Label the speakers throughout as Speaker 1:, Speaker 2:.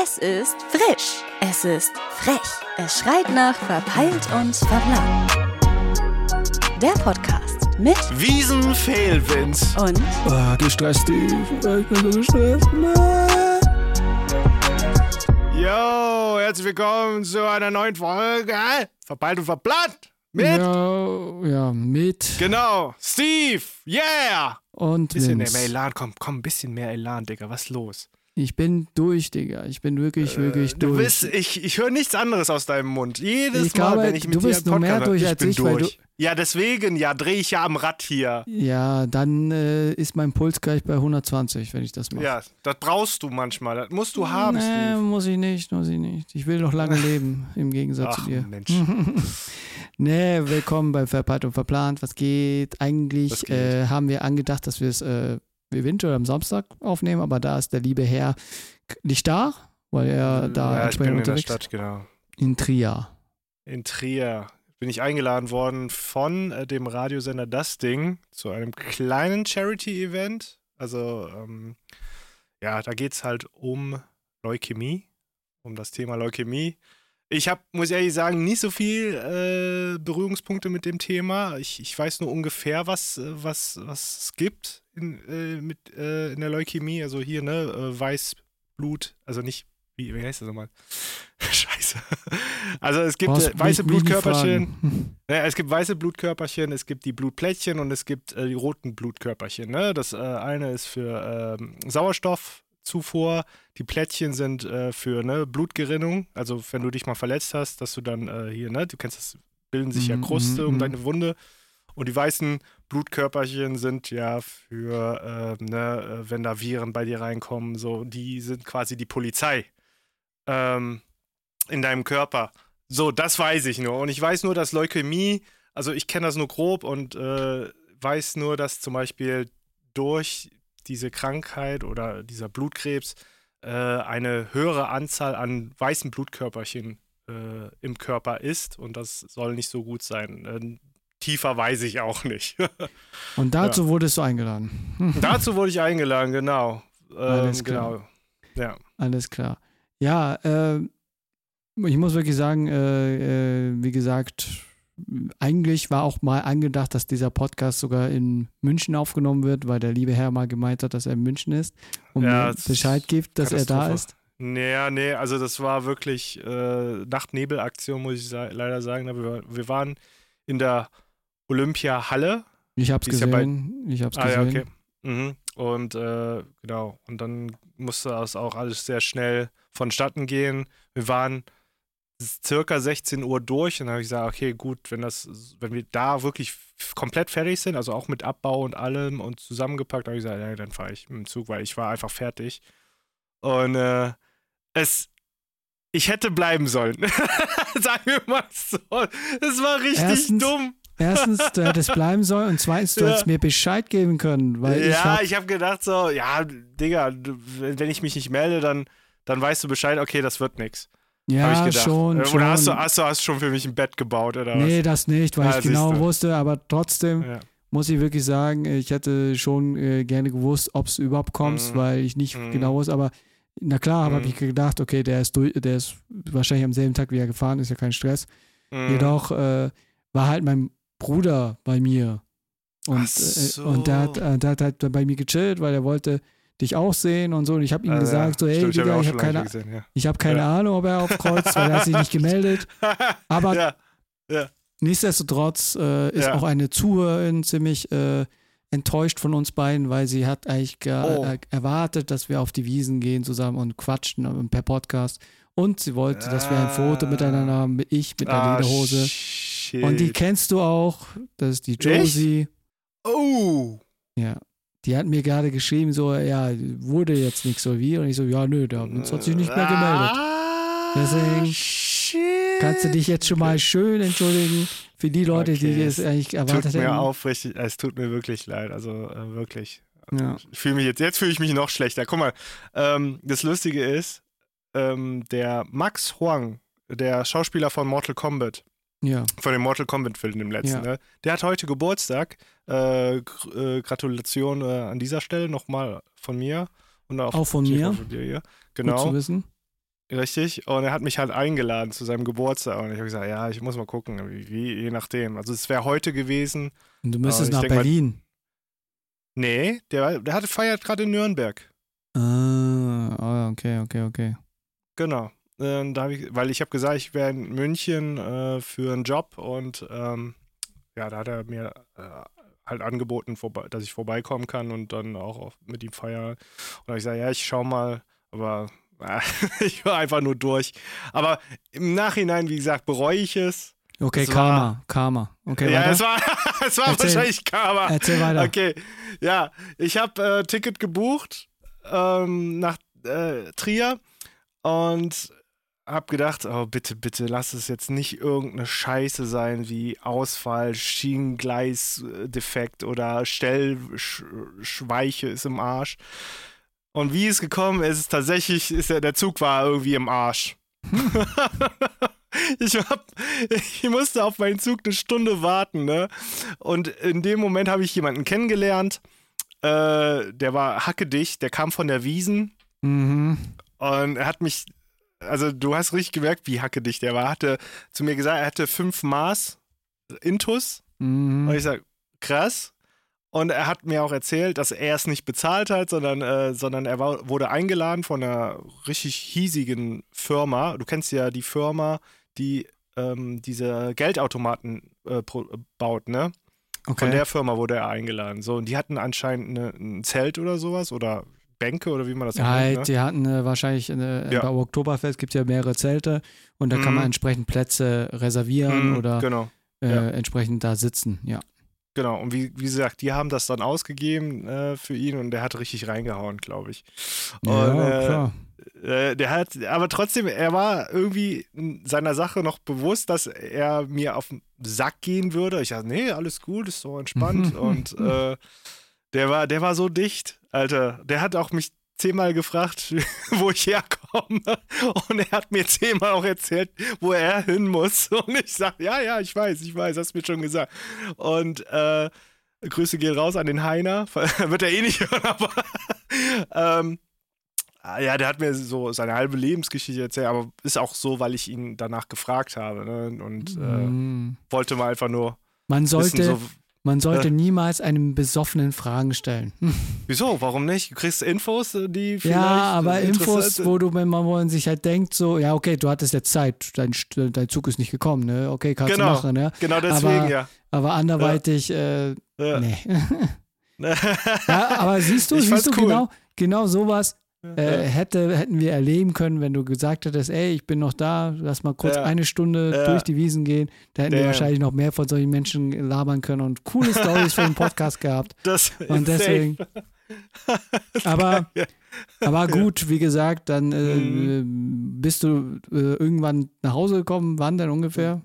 Speaker 1: Es ist frisch. Es ist frech. Es schreit nach verpeilt und verplant. Der Podcast mit
Speaker 2: Wiesenfehlwind
Speaker 1: und
Speaker 3: gestresst, ich bin so gestresst.
Speaker 2: Yo, herzlich willkommen zu einer neuen Folge Verpeilt und verplant mit
Speaker 3: mit
Speaker 2: genau, Steve, yeah!
Speaker 3: und
Speaker 2: Bisschen
Speaker 3: Vince.
Speaker 2: mehr Elan, komm, ein bisschen mehr Elan, Digga, was ist los?
Speaker 3: Ich bin durch, Digga. Ich bin wirklich
Speaker 2: Du
Speaker 3: durch.
Speaker 2: bist, ich höre nichts anderes aus deinem Mund. Jedes
Speaker 3: Ich
Speaker 2: Mal,
Speaker 3: glaube,
Speaker 2: wenn ich mit
Speaker 3: du
Speaker 2: dir
Speaker 3: bist
Speaker 2: einen
Speaker 3: noch mehr
Speaker 2: Podcast
Speaker 3: durch
Speaker 2: habe,
Speaker 3: als
Speaker 2: bin
Speaker 3: ich, weil
Speaker 2: durch. Ja, deswegen, drehe ich ja am Rad hier.
Speaker 3: Ja, dann ist mein Puls gleich bei 120, wenn ich das mache.
Speaker 2: Ja, das brauchst du manchmal, das musst du haben,
Speaker 3: Nee,
Speaker 2: Steve.
Speaker 3: muss ich nicht. Ich will noch lange leben, im Gegensatz
Speaker 2: Ach,
Speaker 3: zu dir.
Speaker 2: Mensch.
Speaker 3: Nee, willkommen bei Verpeilt und verplant. Was geht? Eigentlich
Speaker 2: Was geht?
Speaker 3: haben wir angedacht, dass wir es eventuell am Samstag aufnehmen, aber da ist der liebe Herr nicht da, weil er da
Speaker 2: Ja, ich bin
Speaker 3: entsprechend
Speaker 2: in der
Speaker 3: unterwegs
Speaker 2: Stadt, genau.
Speaker 3: in Trier.
Speaker 2: In Trier bin ich eingeladen worden von dem Radiosender Das Ding zu einem kleinen Charity-Event. Also, da geht es halt um Leukämie, um das Thema Leukämie. Ich habe, muss ich ehrlich sagen, nicht so viel Berührungspunkte mit dem Thema. Ich weiß nur ungefähr, was es gibt in der Leukämie. Also hier, Weißblut, also nicht, wie heißt das nochmal? Scheiße. Also es gibt weiße Blutkörperchen. Ja, es gibt weiße Blutkörperchen, es gibt die Blutplättchen und es gibt die roten Blutkörperchen. Ne? Das eine ist für Sauerstoffzufuhr, die Plättchen sind für Blutgerinnung. Also wenn du dich mal verletzt hast, dass du dann du kennst das, bilden sich ja Kruste um deine Wunde. Und die weißen Blutkörperchen sind ja für, wenn da Viren bei dir reinkommen, so, die sind quasi die Polizei in deinem Körper. So, das weiß ich nur. Und ich weiß nur, dass Leukämie, also ich kenne das nur grob und weiß nur, dass zum Beispiel durch diese Krankheit oder dieser Blutkrebs eine höhere Anzahl an weißen Blutkörperchen im Körper ist und das soll nicht so gut sein. Tiefer weiß ich auch nicht.
Speaker 3: Und dazu wurdest du eingeladen.
Speaker 2: Dazu wurde ich eingeladen, genau.
Speaker 3: Alles klar.
Speaker 2: Genau. Ja.
Speaker 3: Alles klar. Ja, ich muss wirklich sagen, wie gesagt, eigentlich war auch mal angedacht, dass dieser Podcast sogar in München aufgenommen wird, weil der liebe Herr mal gemeint hat, dass er in München ist und mir Bescheid gibt, dass er da ist.
Speaker 2: Nee, also das war wirklich Nacht-Nebel-Aktion, muss ich leider sagen. Wir waren in der Olympia-Halle.
Speaker 3: Ich hab's gesehen.
Speaker 2: Ja, okay. Mhm. Und genau. Und dann musste das auch alles sehr schnell vonstatten gehen. Wir waren circa 16 Uhr durch und dann habe ich gesagt, okay, gut, wenn wir da wirklich komplett fertig sind, also auch mit Abbau und allem und zusammengepackt, habe ich gesagt, ja, dann fahre ich mit dem Zug, weil ich war einfach fertig. Und ich hätte bleiben sollen. Sagen wir mal so. Es war richtig dumm.
Speaker 3: Erstens, du hättest bleiben sollen und zweitens, du hättest mir Bescheid geben können. Weil
Speaker 2: ich habe gedacht so, ja, Digga, wenn ich mich nicht melde, dann weißt du Bescheid, okay, das wird nix.
Speaker 3: Ja, schon.
Speaker 2: Oder hast du schon für mich ein Bett gebaut oder was?
Speaker 3: Nee, das nicht, weil ich genau wusste, aber trotzdem muss ich wirklich sagen, ich hätte schon gerne gewusst, ob es überhaupt kommt, weil ich nicht genau wusste, aber na klar, habe ich gedacht, okay, der ist wahrscheinlich am selben Tag, wie er gefahren ist, ja kein Stress. Jedoch war halt mein Bruder bei mir und der hat halt bei mir gechillt, weil er wollte dich auch sehen und so und ich habe ihm gesagt, so, hey,
Speaker 2: stimmt,
Speaker 3: Digga, ich habe keine Ahnung, ob er aufkreuzt, weil er hat sich nicht gemeldet, aber nichtsdestotrotz ist auch eine Zuhörerin ziemlich enttäuscht von uns beiden, weil sie hat eigentlich erwartet, dass wir auf die Wiesen gehen zusammen und quatschen per Podcast und sie wollte, dass wir ein Foto miteinander haben, ich mit der Lederhose.
Speaker 2: Shit.
Speaker 3: Und die kennst du auch, das ist die Josie.
Speaker 2: Echt? Oh!
Speaker 3: Ja, die hat mir gerade geschrieben, so, ja, wurde jetzt nichts so wie. Und ich so, ja, nö, der hat sich nicht mehr gemeldet. Deswegen kannst du dich jetzt schon mal schön entschuldigen für die Leute, die es eigentlich erwartet hätten.
Speaker 2: Es tut mir wirklich leid, also wirklich.
Speaker 3: Ja.
Speaker 2: Jetzt fühle ich mich noch schlechter. Guck mal, das Lustige ist, der Max Huang, der Schauspieler von Mortal Kombat, von dem Mortal Kombat-Film im letzten, ne? Der hat heute Geburtstag. Gratulation an dieser Stelle nochmal von mir. Und auch
Speaker 3: von mir?
Speaker 2: Von dir hier. Genau.
Speaker 3: Gut zu wissen.
Speaker 2: Richtig. Und er hat mich halt eingeladen zu seinem Geburtstag. Und ich habe gesagt, ja, ich muss mal gucken, wie je nachdem. Also es wäre heute gewesen.
Speaker 3: Und du müsstest nach Berlin.
Speaker 2: Nee, der feiert gerade in Nürnberg.
Speaker 3: Okay.
Speaker 2: Genau. Weil ich habe gesagt, ich wäre in München für einen Job und da hat er mir halt angeboten, dass ich vorbeikommen kann und dann auch mit ihm feiern. Und da habe ich gesagt, ja, ich schau mal, aber ich war einfach nur durch. Aber im Nachhinein, wie gesagt, bereue ich es.
Speaker 3: Okay, Karma. Okay,
Speaker 2: ja, es war wahrscheinlich Karma.
Speaker 3: Erzähl weiter.
Speaker 2: Okay, ja, ich habe Ticket gebucht nach Trier und habe gedacht, oh bitte, lass es jetzt nicht irgendeine Scheiße sein wie Ausfall, Schienengleisdefekt oder Stellschweiche ist im Arsch. Und wie es gekommen ist, tatsächlich der Zug war irgendwie im Arsch. Ich musste auf meinen Zug eine Stunde warten, ne? Und in dem Moment habe ich jemanden kennengelernt, der war hackedicht, der kam von der Wiesn.
Speaker 3: Mhm.
Speaker 2: Und er hat mich, also du hast richtig gemerkt, wie hackedicht der war. Er hatte zu mir gesagt, er hatte 5 Maß Intus.
Speaker 3: Mhm.
Speaker 2: Und ich sage, krass. Und er hat mir auch erzählt, dass er es nicht bezahlt hat, sondern er wurde eingeladen von einer richtig hiesigen Firma. Du kennst ja die Firma, die diese Geldautomaten baut, ne?
Speaker 3: Okay.
Speaker 2: Von der Firma wurde er eingeladen. So, und die hatten anscheinend ein Zelt oder sowas oder Bänke oder wie man das nennt. Ne?
Speaker 3: Die hatten wahrscheinlich bei Oktoberfest gibt es ja mehrere Zelte und da kann man entsprechend Plätze reservieren oder entsprechend da sitzen, ja.
Speaker 2: Genau, und wie gesagt, die haben das dann ausgegeben für ihn und der hat richtig reingehauen, glaube ich. Und,
Speaker 3: klar.
Speaker 2: Aber trotzdem, er war irgendwie seiner Sache noch bewusst, dass er mir auf den Sack gehen würde. Ich dachte, nee, alles gut, ist so entspannt. Und der war so dicht, Alter. Der hat auch mich 10-mal gefragt, wo ich herkomme. Und er hat mir 10-mal auch erzählt, wo er hin muss. Und ich sage, ja, ich weiß, hast mir schon gesagt. Und Grüße gehen raus an den Heiner. Wird er eh nicht hören, aber der hat mir so seine halbe Lebensgeschichte erzählt, aber ist auch so, weil ich ihn danach gefragt habe. Ne? Und wollte mal einfach nur
Speaker 3: Man sollte
Speaker 2: wissen,
Speaker 3: niemals einem Besoffenen Fragen stellen.
Speaker 2: Wieso? Warum nicht? Du kriegst Infos, die vielleicht
Speaker 3: aber Infos, wo man sich halt denkt, so, ja, okay, du hattest jetzt Zeit, dein Zug ist nicht gekommen, ne? Okay, kannst du machen, ne?
Speaker 2: Genau deswegen,
Speaker 3: aber anderweitig, nee. Ja, aber siehst du
Speaker 2: cool.
Speaker 3: genau sowas hätten wir erleben können, wenn du gesagt hättest, ey, ich bin noch da, lass mal kurz eine Stunde durch die Wiesen gehen. Da hätten wir wahrscheinlich noch mehr von solchen Menschen labern können und coole Storys für den Podcast gehabt. Und deswegen. Aber gut, wie gesagt, dann bist du irgendwann nach Hause gekommen. Wann denn ungefähr?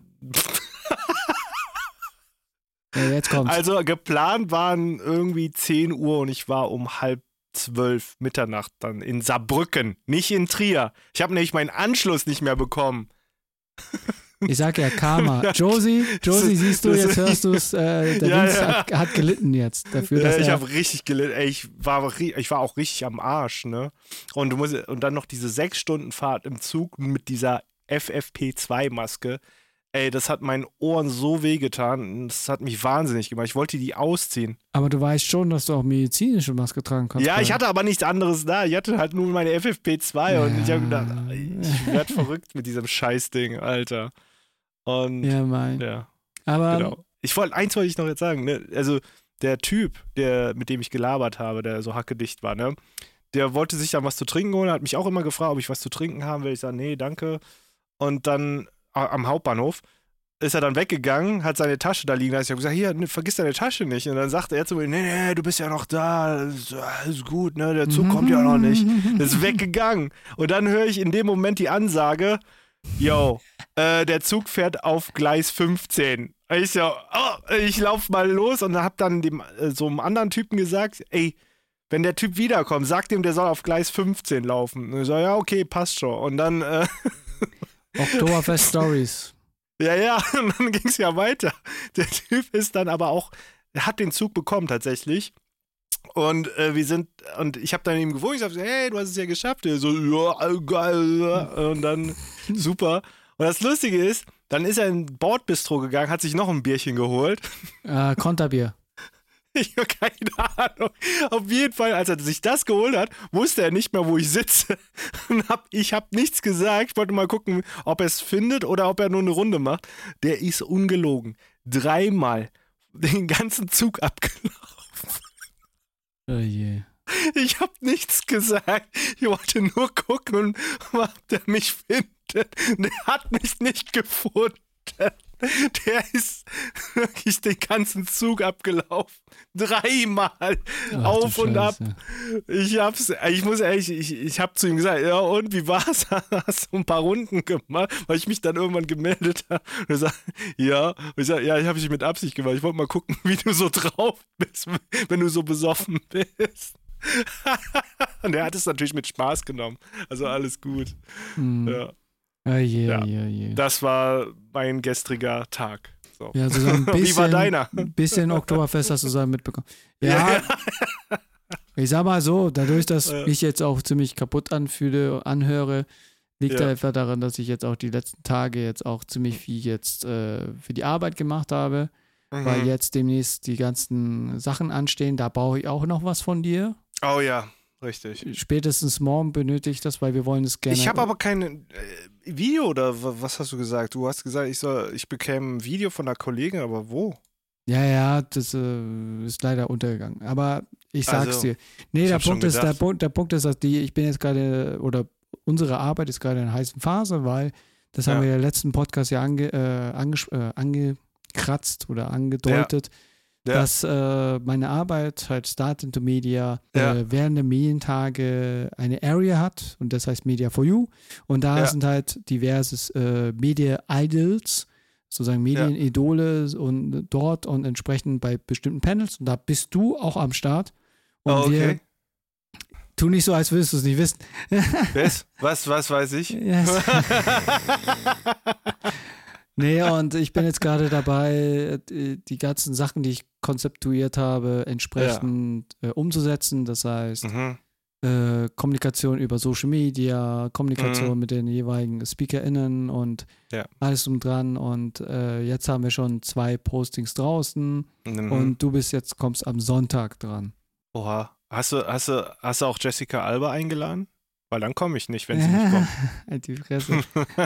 Speaker 3: Ja, jetzt kommt's.
Speaker 2: Also geplant waren irgendwie 10 Uhr und ich war um 11:30 Mitternacht dann in Saarbrücken, nicht in Trier. Ich habe nämlich meinen Anschluss nicht mehr bekommen.
Speaker 3: Ich sag ja Karma. Josie, siehst du, jetzt hörst du es, der Dienst hat gelitten jetzt dafür, dass
Speaker 2: ich habe richtig gelitten. Ey, ich war auch richtig am Arsch, ne? Und dann noch diese 6 Stunden Fahrt im Zug mit dieser FFP2-Maske. Ey, das hat meinen Ohren so wehgetan. Das hat mich wahnsinnig gemacht. Ich wollte die ausziehen.
Speaker 3: Aber du weißt schon, dass du auch medizinische Maske tragen kannst.
Speaker 2: Ja, ich hatte aber nichts anderes da. Ich hatte halt nur meine FFP2 und ich habe gedacht, ich werde verrückt mit diesem Scheißding, Alter. Und ja.
Speaker 3: Aber
Speaker 2: genau. Eins wollte ich noch jetzt sagen, ne? Also der Typ, mit dem ich gelabert habe, der so hackedicht war, ne? Der wollte sich dann was zu trinken holen, hat mich auch immer gefragt, ob ich was zu trinken haben will. Ich sage, nee, danke. Und dann am Hauptbahnhof ist er dann weggegangen, hat seine Tasche da liegen lassen. Ich habe gesagt, hier, vergiss deine Tasche nicht. Und dann sagte er zu mir, nee, du bist ja noch da, alles gut, ne, der Zug kommt ja noch nicht. Ist weggegangen. Und dann höre ich in dem Moment die Ansage, der Zug fährt auf Gleis 15. Ich so, ich laufe mal los und habe dann so einem anderen Typen gesagt, ey, wenn der Typ wiederkommt, sag dem, der soll auf Gleis 15 laufen. Und ich so, ja, okay, passt schon. Und dann
Speaker 3: Oktoberfest Stories.
Speaker 2: Ja, und dann ging es ja weiter. Der Typ ist dann aber auch, er hat den Zug bekommen tatsächlich Und ich habe dann ihm gewunken, ich sage, hey, du hast es ja geschafft. Er so, ja, geil. Und dann, super. Und das Lustige ist, dann ist er in ein Bordbistro gegangen, hat sich noch ein Bierchen geholt.
Speaker 3: Konterbier.
Speaker 2: Ich habe keine Ahnung. Auf jeden Fall, als er sich das geholt hat, wusste er nicht mehr, wo ich sitze. Und ich habe nichts gesagt. Ich wollte mal gucken, ob er es findet oder ob er nur eine Runde macht. Der ist ungelogen 3-mal den ganzen Zug abgelaufen.
Speaker 3: Oh je.
Speaker 2: Ich habe nichts gesagt. Ich wollte nur gucken, ob der mich findet. Der hat mich nicht gefunden. Der ist wirklich den ganzen Zug abgelaufen. 3-mal. Auf und ab. Ich habe zu ihm gesagt, ja und, wie war's? Hast du ein paar Runden gemacht? Weil ich mich dann irgendwann gemeldet habe. Und er sagt, ja. Und ich sage, ja, ich habe mich mit Absicht gemacht. Ich wollte mal gucken, wie du so drauf bist, wenn du so besoffen bist. Und er hat es natürlich mit Spaß genommen. Also alles gut. Ja.
Speaker 3: Je.
Speaker 2: Das war mein gestriger Tag. So.
Speaker 3: Ja, so ein bisschen,
Speaker 2: wie war deiner?
Speaker 3: Ein bisschen Oktoberfest hast du so mitbekommen. Ja, ich sag mal so, dadurch, dass ich jetzt auch ziemlich kaputt anhöre, liegt da einfach daran, dass ich jetzt auch die letzten Tage jetzt auch ziemlich viel jetzt für die Arbeit gemacht habe, weil jetzt demnächst die ganzen Sachen anstehen. Da brauche ich auch noch was von dir.
Speaker 2: Oh ja. Richtig.
Speaker 3: Spätestens morgen benötige ich das, weil wir wollen es gerne.
Speaker 2: Ich habe aber kein Video oder was hast du gesagt? Du hast gesagt, ich bekäme ein Video von einer Kollegin, aber wo?
Speaker 3: Ja, das ist leider untergegangen. Aber ich sag's dir. Nee, der Punkt ist, dass ich bin jetzt gerade, oder unsere Arbeit ist gerade in einer heißen Phase, weil das haben wir ja im letzten Podcast ja angekratzt oder angedeutet. Dass meine Arbeit halt Start into Media während der Medientage eine Area hat und das heißt Media for You und da sind halt diverses Media Idols, sozusagen Medienidole und dort und entsprechend bei bestimmten Panels und da bist du auch am Start und wir tu nicht so, als würdest du es nicht wissen.
Speaker 2: Was weiß ich?
Speaker 3: Yes. Nee, und ich bin jetzt gerade dabei, die ganzen Sachen, die ich konzeptuiert habe, entsprechend umzusetzen. Das heißt, Kommunikation über Social Media, Kommunikation mit den jeweiligen SpeakerInnen und alles drum dran. Und jetzt haben wir schon 2 Postings draußen und du kommst am Sonntag dran.
Speaker 2: Oha. Hast du auch Jessica Alba eingeladen? Weil dann komme ich nicht, wenn sie nicht kommt.
Speaker 3: Halt die Fresse.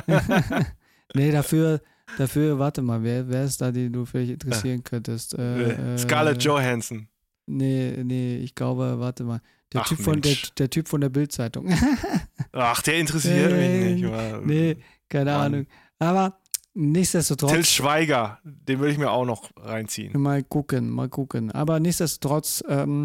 Speaker 3: Nee, dafür, warte mal, wer ist da, den du vielleicht interessieren könntest?
Speaker 2: Scarlett Johansson.
Speaker 3: Nee, ich glaube, warte mal. Der Typ von der Bild-Zeitung.
Speaker 2: Ach, der interessiert mich nicht. Mann.
Speaker 3: Nee, keine Ahnung. Aber nichtsdestotrotz.
Speaker 2: Till Schweiger, den würde ich mir auch noch reinziehen.
Speaker 3: Mal gucken. Aber nichtsdestotrotz,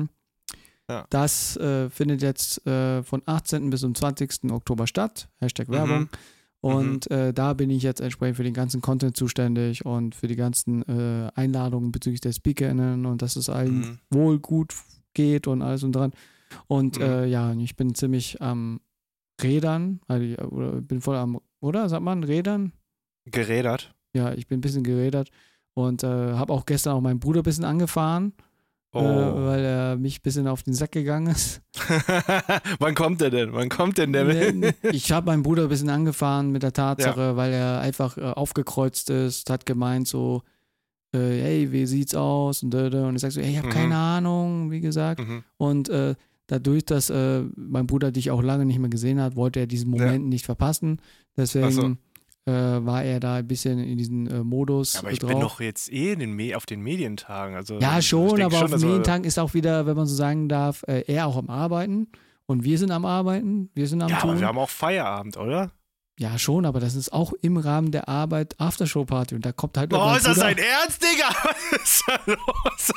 Speaker 3: das findet jetzt von 18. bis zum 20. Oktober statt. #Werbung. Und da bin ich jetzt entsprechend für den ganzen Content zuständig und für die ganzen Einladungen bezüglich der SpeakerInnen und dass es allen wohl gut geht und alles und dran. Und ich bin ziemlich am Rädern, also, bin voll am, oder? Sagt man Rädern?
Speaker 2: Gerädert?
Speaker 3: Ja, ich bin ein bisschen gerädert und habe auch gestern auch meinen Bruder ein bisschen angefahren. Weil er mich ein bisschen auf den Sack gegangen ist.
Speaker 2: Wann kommt der denn?
Speaker 3: Ich habe meinen Bruder ein bisschen angefahren mit der Tatsache, weil er einfach aufgekreuzt ist, hat gemeint so, hey, wie sieht's aus? Und ich sag so, hey, ich habe keine Ahnung, wie gesagt. Und dadurch, dass mein Bruder dich auch lange nicht mehr gesehen hat, wollte er diesen Moment nicht verpassen. Deswegen war er da ein bisschen in diesen Modus
Speaker 2: aber ich
Speaker 3: drauf.
Speaker 2: bin doch jetzt auf den Medientagen. Also,
Speaker 3: ja, schon, aber auf den Medientagen ist auch wieder, wenn man so sagen darf, er auch am Arbeiten und wir sind am Arbeiten, wir sind am Tun.
Speaker 2: Aber wir haben auch Feierabend, oder?
Speaker 3: Ja, schon, aber das ist auch im Rahmen der Arbeit Aftershow-Party und da kommt halt
Speaker 2: ist das dein Ernst, Digga? Was ist da los?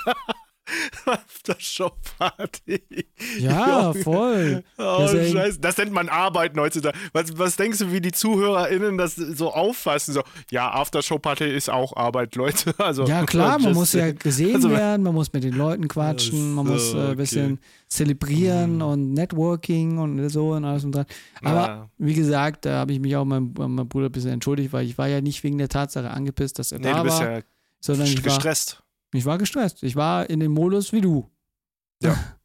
Speaker 2: Aftershow-Party.
Speaker 3: Ja, voll.
Speaker 2: Scheiße. Das nennt man Arbeiten heutzutage. Was denkst du, wie die ZuhörerInnen das so auffassen? So, ja, Aftershow-Party ist auch Arbeit, Leute. Also,
Speaker 3: ja, klar, man muss ja gesehen werden, man muss mit den Leuten quatschen, man muss ein bisschen zelebrieren und Networking und so und alles und dran. Aber wie gesagt, da habe ich mich auch meinem Bruder ein bisschen entschuldigt, weil ich war ja nicht wegen der Tatsache angepisst, dass er da war.
Speaker 2: Du bist ja
Speaker 3: sondern
Speaker 2: gestresst.
Speaker 3: Ich war gestresst. Ich war in dem Modus wie du.
Speaker 2: Ja.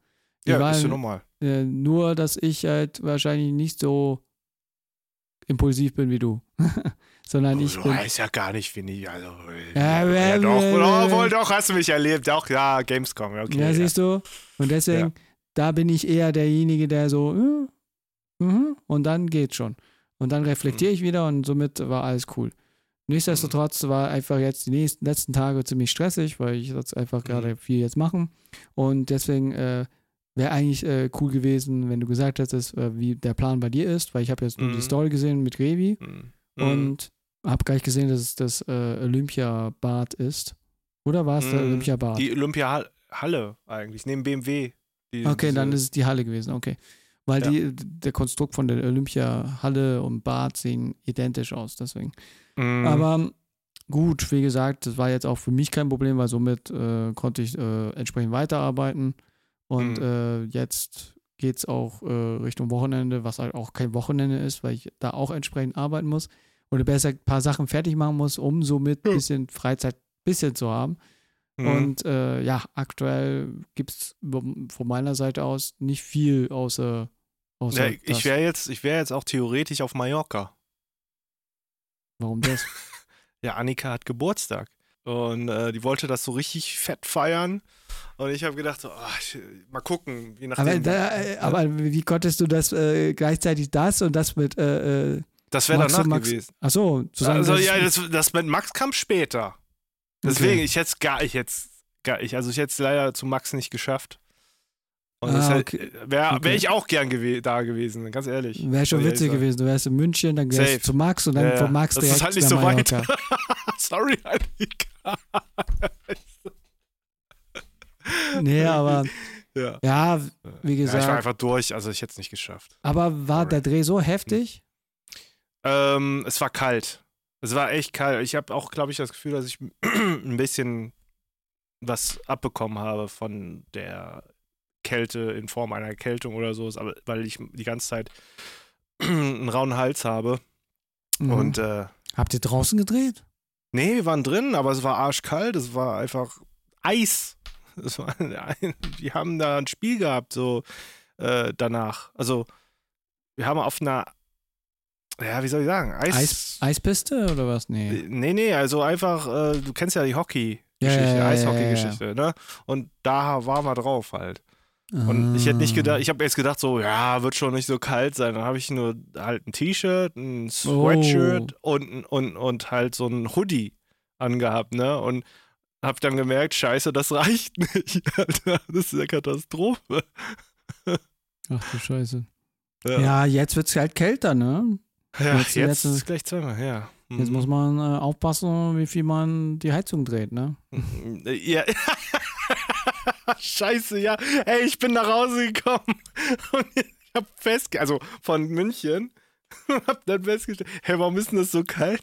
Speaker 2: Ja, ist ja normal.
Speaker 3: Nur, dass ich halt wahrscheinlich nicht so impulsiv bin wie du. Sondern ich bin...
Speaker 2: Du weißt ja gar nicht, wie ich, also... Ja, doch, wohl doch, hast du mich erlebt. Auch, ja, Gamescom, okay.
Speaker 3: Ja, siehst du? Und deswegen, da bin ich eher derjenige, der so, und dann geht's schon. Und dann reflektiere ich wieder und somit war alles cool. Nichtsdestotrotz war einfach jetzt die letzten Tage ziemlich stressig, weil ich jetzt einfach gerade viel jetzt machen. Und deswegen wäre eigentlich cool gewesen, wenn du gesagt hättest, wie der Plan bei dir ist, weil ich habe jetzt nur die Story gesehen mit Revi und habe gar nicht gesehen, dass es das Olympiabad ist. Oder war es der Olympiabad?
Speaker 2: Die Olympiahalle eigentlich, neben BMW.
Speaker 3: Okay, dann ist es die Halle gewesen, okay. Weil der Konstrukt von der Olympiahalle und Bad sehen identisch aus, deswegen. Aber gut, wie gesagt, das war jetzt auch für mich kein Problem, weil somit konnte ich entsprechend weiterarbeiten. Und jetzt geht es auch Richtung Wochenende, was halt auch kein Wochenende ist, weil ich da auch entsprechend arbeiten muss. Oder besser ein paar Sachen fertig machen muss, um somit ein bisschen Freizeit zu haben. Und aktuell gibt es von meiner Seite aus nicht viel außer
Speaker 2: ich wäre jetzt auch theoretisch auf Mallorca.
Speaker 3: Warum das?
Speaker 2: Ja, Annika hat Geburtstag und die wollte das so richtig fett feiern und ich habe gedacht, mal gucken, je nachdem.
Speaker 3: Aber wie konntest du das gleichzeitig das und das mit
Speaker 2: das wäre danach gewesen.
Speaker 3: Ach so,
Speaker 2: das mit Max kam später. Deswegen, ich hätte es leider zu Max nicht geschafft. Und wäre ich auch gern da gewesen, ganz ehrlich.
Speaker 3: Wäre schon witzig gewesen. Du wärst in München, dann gehst du zu Max und dann von Max direkt
Speaker 2: das ist halt nicht so
Speaker 3: Mallorca.
Speaker 2: weit. Sorry, Annika.
Speaker 3: Nee, aber wie gesagt.
Speaker 2: Ich war einfach durch, also ich hätte es nicht geschafft.
Speaker 3: Aber war der Dreh so heftig?
Speaker 2: Es war kalt. Es war echt kalt. Ich habe auch, glaube ich, das Gefühl, dass ich ein bisschen was abbekommen habe von der Kälte in Form einer Erkältung oder so, aber weil ich die ganze Zeit einen rauen Hals habe. Und
Speaker 3: habt ihr draußen gedreht?
Speaker 2: Nee, wir waren drin, aber es war arschkalt, es war einfach Eis. Die haben da ein Spiel gehabt, so danach. Also, wir haben auf einer, wie soll ich sagen,
Speaker 3: Eispiste oder was?
Speaker 2: Nee, also einfach, du kennst ja die Hockey-Geschichte, Eishockey-Geschichte, ne? Und da waren wir drauf halt. Und ich hätte nicht gedacht, ich habe jetzt gedacht, so, wird schon nicht so kalt sein. Dann habe ich nur halt ein T-Shirt, ein Sweatshirt und halt so ein Hoodie angehabt, ne? Und habe dann gemerkt, scheiße, das reicht nicht, Alter. Das ist eine Katastrophe.
Speaker 3: Ach du Scheiße. Ja, jetzt wird es halt kälter, ne?
Speaker 2: Ja, jetzt ist es gleich zweimal, ja.
Speaker 3: Jetzt muss man aufpassen, wie viel man die Heizung dreht, ne?
Speaker 2: Ja. Scheiße, ja. Ey, ich bin nach Hause gekommen und ich hab also von München, hab dann festgestellt, hey, warum ist denn das so kalt?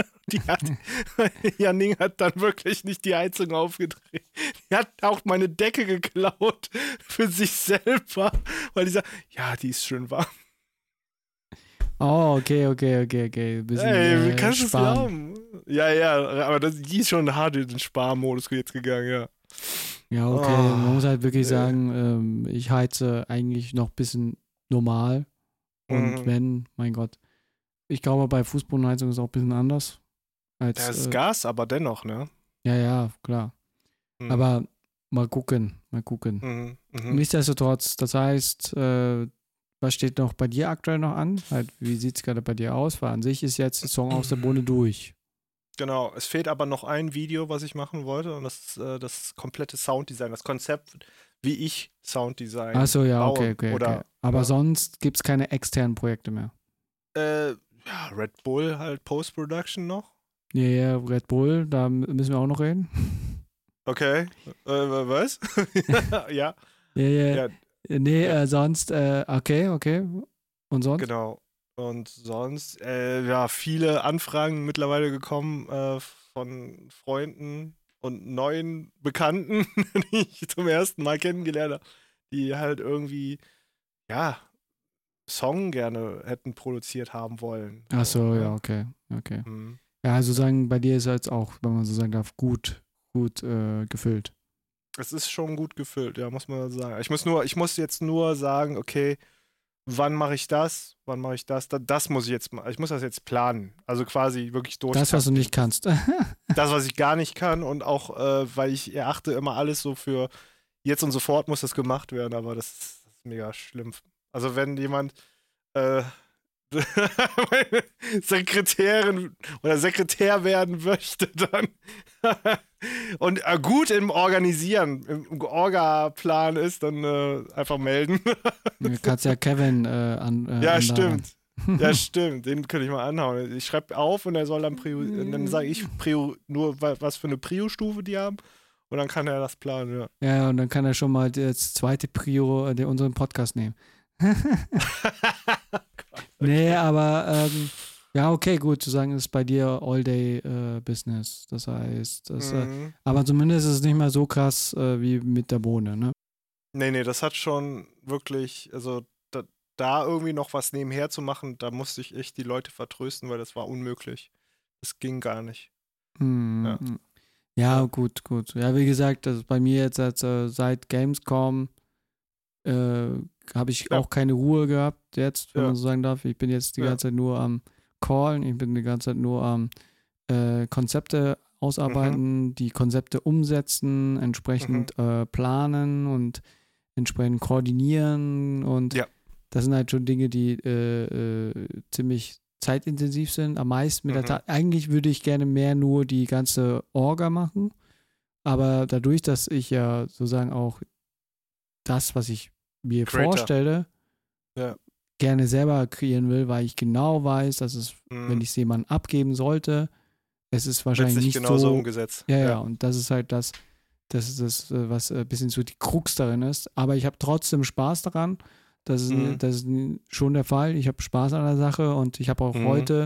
Speaker 2: Janine hat dann wirklich nicht die Heizung aufgedreht. Die hat auch meine Decke geklaut für sich selber, weil die sagt, ja, die ist schön warm.
Speaker 3: Oh, okay.
Speaker 2: Ey, wie kannst du das glauben? Ja, aber die ist schon hart in den Sparmodus jetzt gegangen, ja.
Speaker 3: Ja, okay, man muss halt wirklich sagen, ich heize eigentlich noch ein bisschen normal. Und wenn, mein Gott, ich glaube, bei Fußbodenheizung ist es auch ein bisschen anders.
Speaker 2: Das ist Gas, aber dennoch, ne?
Speaker 3: Ja, klar. Aber mal gucken. Nichtsdestotrotz, das heißt, was steht noch bei dir aktuell noch an? Halt, wie sieht es gerade bei dir aus? Weil an sich ist jetzt der Song aus der Bohne durch.
Speaker 2: Genau, es fehlt aber noch ein Video, was ich machen wollte, und das ist das komplette Sounddesign, das Konzept, wie ich Sounddesign
Speaker 3: Achso, ja,
Speaker 2: baue.
Speaker 3: Okay. Aber sonst gibt es keine externen Projekte mehr?
Speaker 2: Red Bull halt Post-Production noch.
Speaker 3: Ja, Red Bull, da müssen wir auch noch reden.
Speaker 2: Okay, was? Ja.
Speaker 3: Ja. Nee, sonst, okay. Und sonst?
Speaker 2: Genau. Und sonst, viele Anfragen mittlerweile gekommen von Freunden und neuen Bekannten, die ich zum ersten Mal kennengelernt habe, die halt irgendwie, Song gerne hätten produziert haben wollen.
Speaker 3: Ach so, ja, okay. Ja, also sagen, bei dir ist jetzt auch, wenn man so sagen darf, gut gefüllt.
Speaker 2: Es ist schon gut gefüllt, ja, muss man sagen. Ich muss jetzt nur sagen, okay, wann mache ich das? Wann mache ich das? Das muss ich jetzt mal. Ich muss das jetzt planen. Also quasi wirklich durchtakten.
Speaker 3: Das, was du nicht kannst.
Speaker 2: Das, was ich gar nicht kann und auch, weil ich erachte immer alles so für jetzt und sofort muss das gemacht werden, aber das ist mega schlimm. Also wenn jemand meine Sekretärin oder Sekretär werden möchte, dann und gut im Organisieren, im Orga-Plan ist, dann einfach melden.
Speaker 3: Du kannst ja Kevin
Speaker 2: ja, stimmt. Ja, stimmt. Den könnte ich mal anhauen. Ich schreibe auf und er soll dann dann sage ich nur, was für eine Prio-Stufe die haben. Und dann kann er das planen, ja.
Speaker 3: Ja, und dann kann er schon mal das zweite Prio unseren Podcast nehmen. Nee, aber ja, okay, gut, zu sagen, ist bei dir All-Day-Business. Das heißt, aber zumindest ist es nicht mehr so krass wie mit der Bohne, ne?
Speaker 2: Nee, das hat schon wirklich, also da irgendwie noch was nebenher zu machen, da musste ich echt die Leute vertrösten, weil das war unmöglich. Das ging gar nicht.
Speaker 3: Ja, gut. Ja, wie gesagt, das ist bei mir jetzt seit Gamescom habe ich auch keine Ruhe gehabt jetzt, wenn man so sagen darf. Ich bin jetzt die ganze Zeit nur am Callen, ich bin die ganze Zeit nur am Konzepte ausarbeiten, die Konzepte umsetzen, entsprechend planen und entsprechend koordinieren und das sind halt schon Dinge, die ziemlich zeitintensiv sind, am meisten mit der Tat. Eigentlich würde ich gerne mehr nur die ganze Orga machen, aber dadurch, dass ich ja sozusagen auch das, was ich mir vorstelle, gerne selber kreieren will, weil ich genau weiß, dass es, wenn ich es jemandem abgeben sollte, es ist wahrscheinlich nicht
Speaker 2: genauso
Speaker 3: so
Speaker 2: umgesetzt.
Speaker 3: Ja, und das ist halt das ist das, was ein bisschen so die Krux darin ist. Aber ich habe trotzdem Spaß daran. Das ist schon der Fall. Ich habe Spaß an der Sache und ich habe auch heute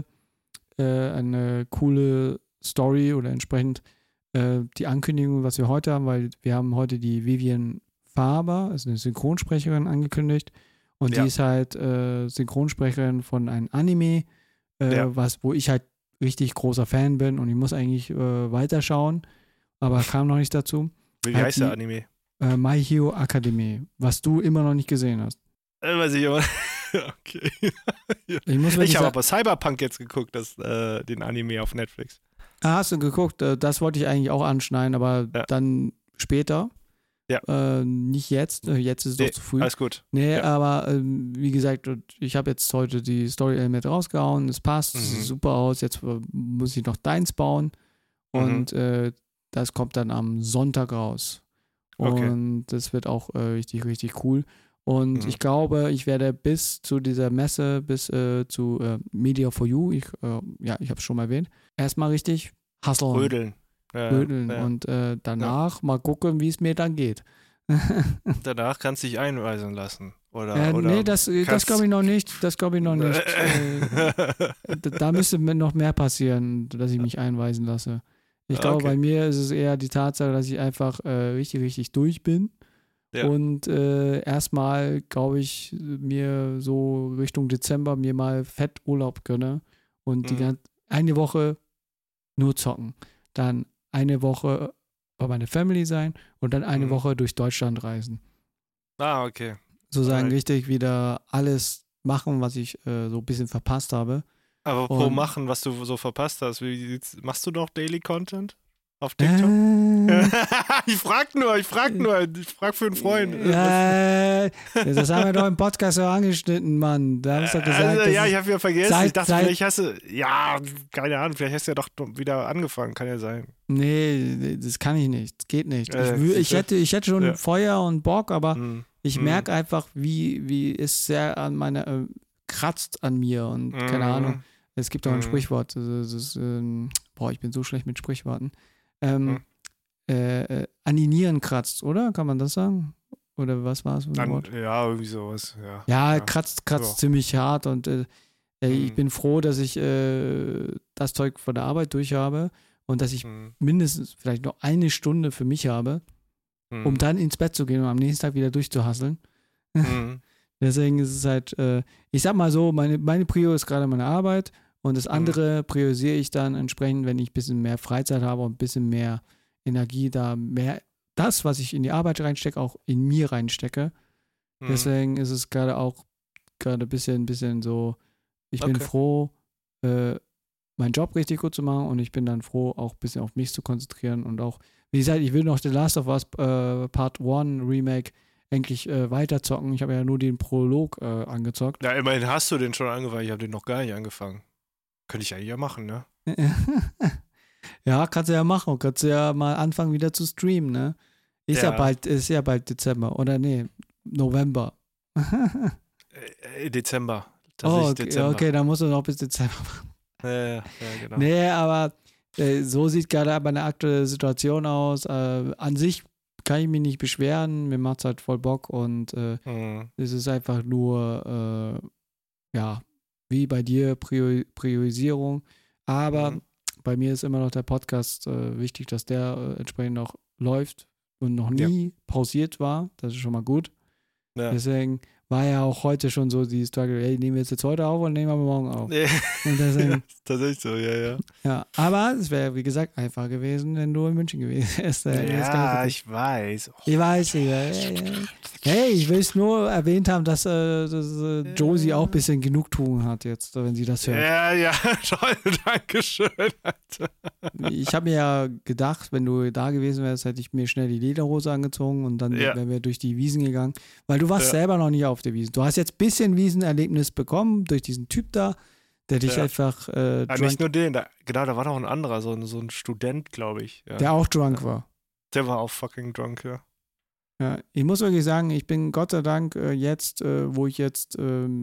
Speaker 3: eine coole Story oder entsprechend die Ankündigung, was wir heute haben, weil wir haben heute die Vivian Faber, ist eine Synchronsprecherin, angekündigt und die ist halt Synchronsprecherin von einem Anime, wo ich halt richtig großer Fan bin und ich muss eigentlich weiterschauen, aber kam noch nicht dazu.
Speaker 2: Wie heißt der Anime?
Speaker 3: My Hero Academy, was du immer noch nicht gesehen hast.
Speaker 2: Weiß ich aber. Okay. Ich habe aber Cyberpunk jetzt geguckt, den Anime auf Netflix.
Speaker 3: Hast du geguckt? Das wollte ich eigentlich auch anschneiden, aber dann später. Ja. Nicht jetzt. Jetzt ist es doch zu früh.
Speaker 2: Alles gut.
Speaker 3: Nee, aber wie gesagt, ich habe jetzt heute die Story-Element rausgehauen. Es passt, es sieht super aus. Jetzt muss ich noch deins bauen. Und das kommt dann am Sonntag raus. Und das wird auch richtig, richtig cool. Und ich glaube, ich werde bis zu dieser Messe, bis zu Media for You, ich habe es schon mal erwähnt, erstmal richtig hustlen.
Speaker 2: Rödeln.
Speaker 3: Und danach mal gucken, wie es mir dann geht.
Speaker 2: Danach kannst du dich einweisen lassen.
Speaker 3: Nee, das glaube ich noch nicht. Da müsste noch mehr passieren, dass ich mich einweisen lasse. Ich glaube, bei mir ist es eher die Tatsache, dass ich einfach richtig, richtig durch bin. Ja. Und erstmal, glaube ich, mir so Richtung Dezember mir mal fett Urlaub gönne und eine Woche nur zocken. Dann eine Woche bei meiner Family sein und dann eine Woche durch Deutschland reisen.
Speaker 2: Okay.
Speaker 3: Sozusagen richtig wieder alles machen, was ich so ein bisschen verpasst habe.
Speaker 2: Aber pro machen, was du so verpasst hast, machst du noch Daily Content auf TikTok? Ich frag nur, ich frag für einen Freund.
Speaker 3: Das haben wir doch im Podcast auch angeschnitten, Mann. Da hast du gesagt,
Speaker 2: ich habe ja vergessen. Ich dachte, vielleicht hast du, keine Ahnung, vielleicht hast du ja doch wieder angefangen, kann ja sein.
Speaker 3: Nee, das kann ich nicht, das geht nicht. Ich hätte schon Feuer und Bock, aber ich merke einfach, wie es sehr an meine, kratzt an mir und keine Ahnung. Es gibt auch ein Sprichwort, ich bin so schlecht mit Sprichworten. An die Nieren kratzt, oder? Kann man das sagen? Oder was war es für ein Wort?
Speaker 2: Ja, irgendwie sowas.
Speaker 3: Kratzt ziemlich hart und ich bin froh, dass ich das Zeug von der Arbeit durch habe und dass ich mindestens vielleicht noch eine Stunde für mich habe, um dann ins Bett zu gehen und am nächsten Tag wieder durchzuhasseln. Deswegen ist es halt, ich sag mal so, meine Prio ist gerade meine Arbeit und das andere priorisiere ich dann entsprechend, wenn ich ein bisschen mehr Freizeit habe und ein bisschen mehr Energie, da mehr das, was ich in die Arbeit reinstecke, auch in mir reinstecke. Deswegen ist es gerade ein bisschen so, ich bin froh, meinen Job richtig gut zu machen und ich bin dann froh, auch ein bisschen auf mich zu konzentrieren und auch, wie gesagt, ich will noch The Last of Us Part 1 Remake endlich weiterzocken. Ich habe ja nur den Prolog angezockt.
Speaker 2: Ja, immerhin hast du den schon angefangen. Ich habe den noch gar nicht angefangen. Könnte ich eigentlich ja machen, ne?
Speaker 3: Ja, kannst du ja machen. Kannst du ja mal anfangen, wieder zu streamen, ne? Ist ja bald Dezember. Oder nee, November.
Speaker 2: Dezember.
Speaker 3: Dezember. Okay, dann musst du noch bis Dezember machen.
Speaker 2: Ja, genau.
Speaker 3: Nee, aber so sieht gerade meine aktuelle Situation aus. An sich kann ich mich nicht beschweren. Mir macht es halt voll Bock und es ist einfach nur, wie bei dir, Priorisierung. Aber bei mir ist immer noch der Podcast wichtig, dass der entsprechend noch läuft und noch nie pausiert war. Das ist schon mal gut. Ja. Deswegen war ja auch heute schon so die Struggle, hey, nehmen wir jetzt heute auf oder nehmen wir morgen auf?
Speaker 2: Ja.
Speaker 3: Und deswegen,
Speaker 2: tatsächlich so, ja.
Speaker 3: Ja, aber es wäre, wie gesagt, einfacher gewesen, wenn du in München gewesen wärst.
Speaker 2: Ich weiß.
Speaker 3: Ich weiß. Hey, ich will es nur erwähnt haben, dass Josie auch ein bisschen Genugtuung hat jetzt, wenn sie das hört.
Speaker 2: Ja, toll, danke schön. Alter.
Speaker 3: Ich habe mir ja gedacht, wenn du da gewesen wärst, hätte ich mir schnell die Lederhose angezogen und dann wären wir durch die Wiesen gegangen, weil du warst selber noch nicht auf der Wiesen. Du hast jetzt ein bisschen Wiesenerlebnis bekommen durch diesen Typ da, der dich einfach
Speaker 2: nicht nur den, da war noch ein anderer, so ein Student, glaube ich. Ja.
Speaker 3: Der auch drunk war.
Speaker 2: Der war auch fucking drunk, ja.
Speaker 3: Ja, ich muss wirklich sagen, ich bin Gott sei Dank jetzt, wo ich jetzt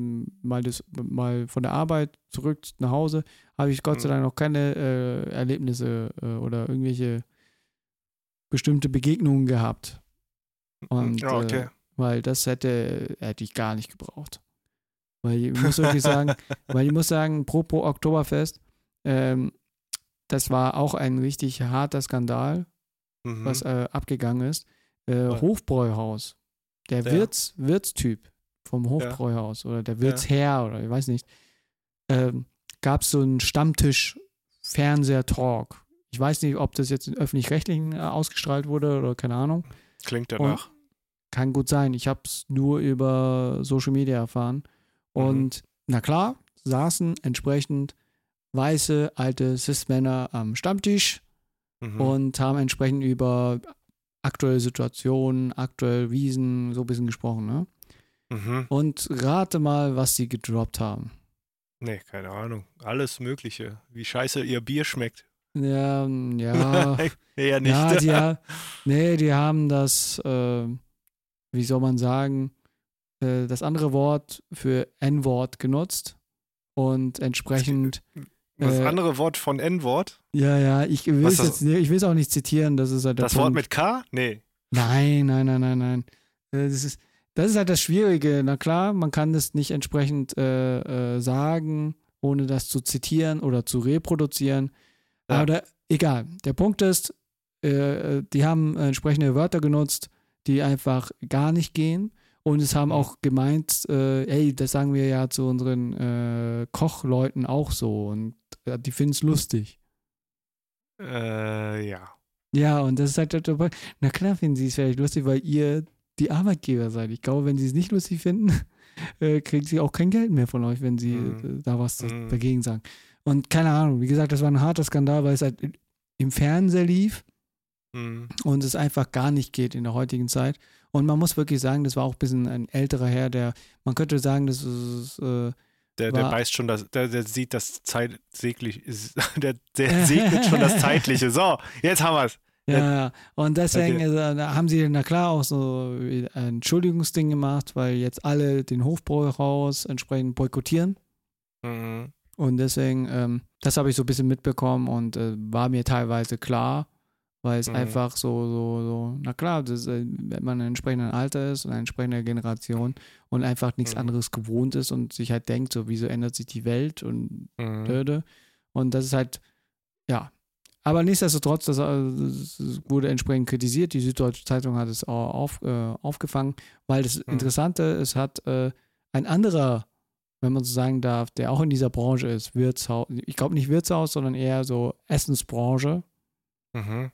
Speaker 3: mal von der Arbeit zurück nach Hause, habe ich Gott sei Dank noch keine Erlebnisse oder irgendwelche bestimmte Begegnungen gehabt. Und weil das hätte ich gar nicht gebraucht. Weil ich muss wirklich sagen, pro Oktoberfest, das war auch ein richtig harter Skandal, was abgegangen ist. Hofbräuhaus. Der Wirtstyp vom Hofbräuhaus oder der Wirtsherr oder ich weiß nicht, gab es so einen Stammtisch-Fernseher-Talk. Ich weiß nicht, ob das jetzt in Öffentlich-Rechtlichen ausgestrahlt wurde oder keine Ahnung.
Speaker 2: Klingt danach.
Speaker 3: Kann gut sein. Ich habe es nur über Social Media erfahren. Und na klar, saßen entsprechend weiße, alte Cis-Männer am Stammtisch und haben entsprechend über aktuelle Situationen, aktuelle Wiesen, so ein bisschen gesprochen, ne? Und rate mal, was sie gedroppt haben.
Speaker 2: Nee, keine Ahnung. Alles Mögliche. Wie scheiße ihr Bier schmeckt.
Speaker 3: Ja.
Speaker 2: Eher nicht.
Speaker 3: Ja, die haben das, wie soll man sagen, das andere Wort für N-Wort genutzt und entsprechend
Speaker 2: das andere Wort von N-Wort?
Speaker 3: Ja, ich will es auch nicht zitieren, das ist halt der
Speaker 2: Das
Speaker 3: Punkt.
Speaker 2: Wort mit K? Nee.
Speaker 3: Nein. Das ist halt das Schwierige. Na klar, man kann das nicht entsprechend sagen, ohne das zu zitieren oder zu reproduzieren. Ja. Aber egal. Der Punkt ist, die haben entsprechende Wörter genutzt, die einfach gar nicht gehen. Und es haben auch gemeint, das sagen wir ja zu unseren Kochleuten auch so. Und die finden es lustig.
Speaker 2: Ja.
Speaker 3: Ja, und das ist halt der Punkt. Na klar finden sie es vielleicht lustig, weil ihr die Arbeitgeber seid. Ich glaube, wenn sie es nicht lustig finden, kriegen sie auch kein Geld mehr von euch, wenn sie da was dagegen sagen. Und keine Ahnung, wie gesagt, das war ein harter Skandal, weil es halt im Fernsehen lief und es einfach gar nicht geht in der heutigen Zeit. Und man muss wirklich sagen, das war auch ein bisschen ein älterer Herr, man könnte sagen, das ist
Speaker 2: der weiß schon, der sieht das zeitlich, der segnet schon das Zeitliche. So, jetzt haben wir es.
Speaker 3: Ja, und deswegen haben sie, na klar, auch so ein Entschuldigungsding gemacht, weil jetzt alle den Hofbräuhaus entsprechend boykottieren. Und deswegen, das habe ich so ein bisschen mitbekommen und war mir teilweise klar, weil es einfach so, na klar, wenn man ein entsprechender Alter ist und eine entsprechende Generation und einfach nichts anderes gewohnt ist und sich halt denkt, so, wieso ändert sich die Welt und und das ist halt, ja. Aber nichtsdestotrotz, das wurde entsprechend kritisiert. Die Süddeutsche Zeitung hat es auch aufgefangen, weil das Interessante, es hat ein anderer, wenn man so sagen darf, der auch in dieser Branche ist, Wirtshaus, ich glaube nicht Wirtshaus, sondern eher so Essensbranche,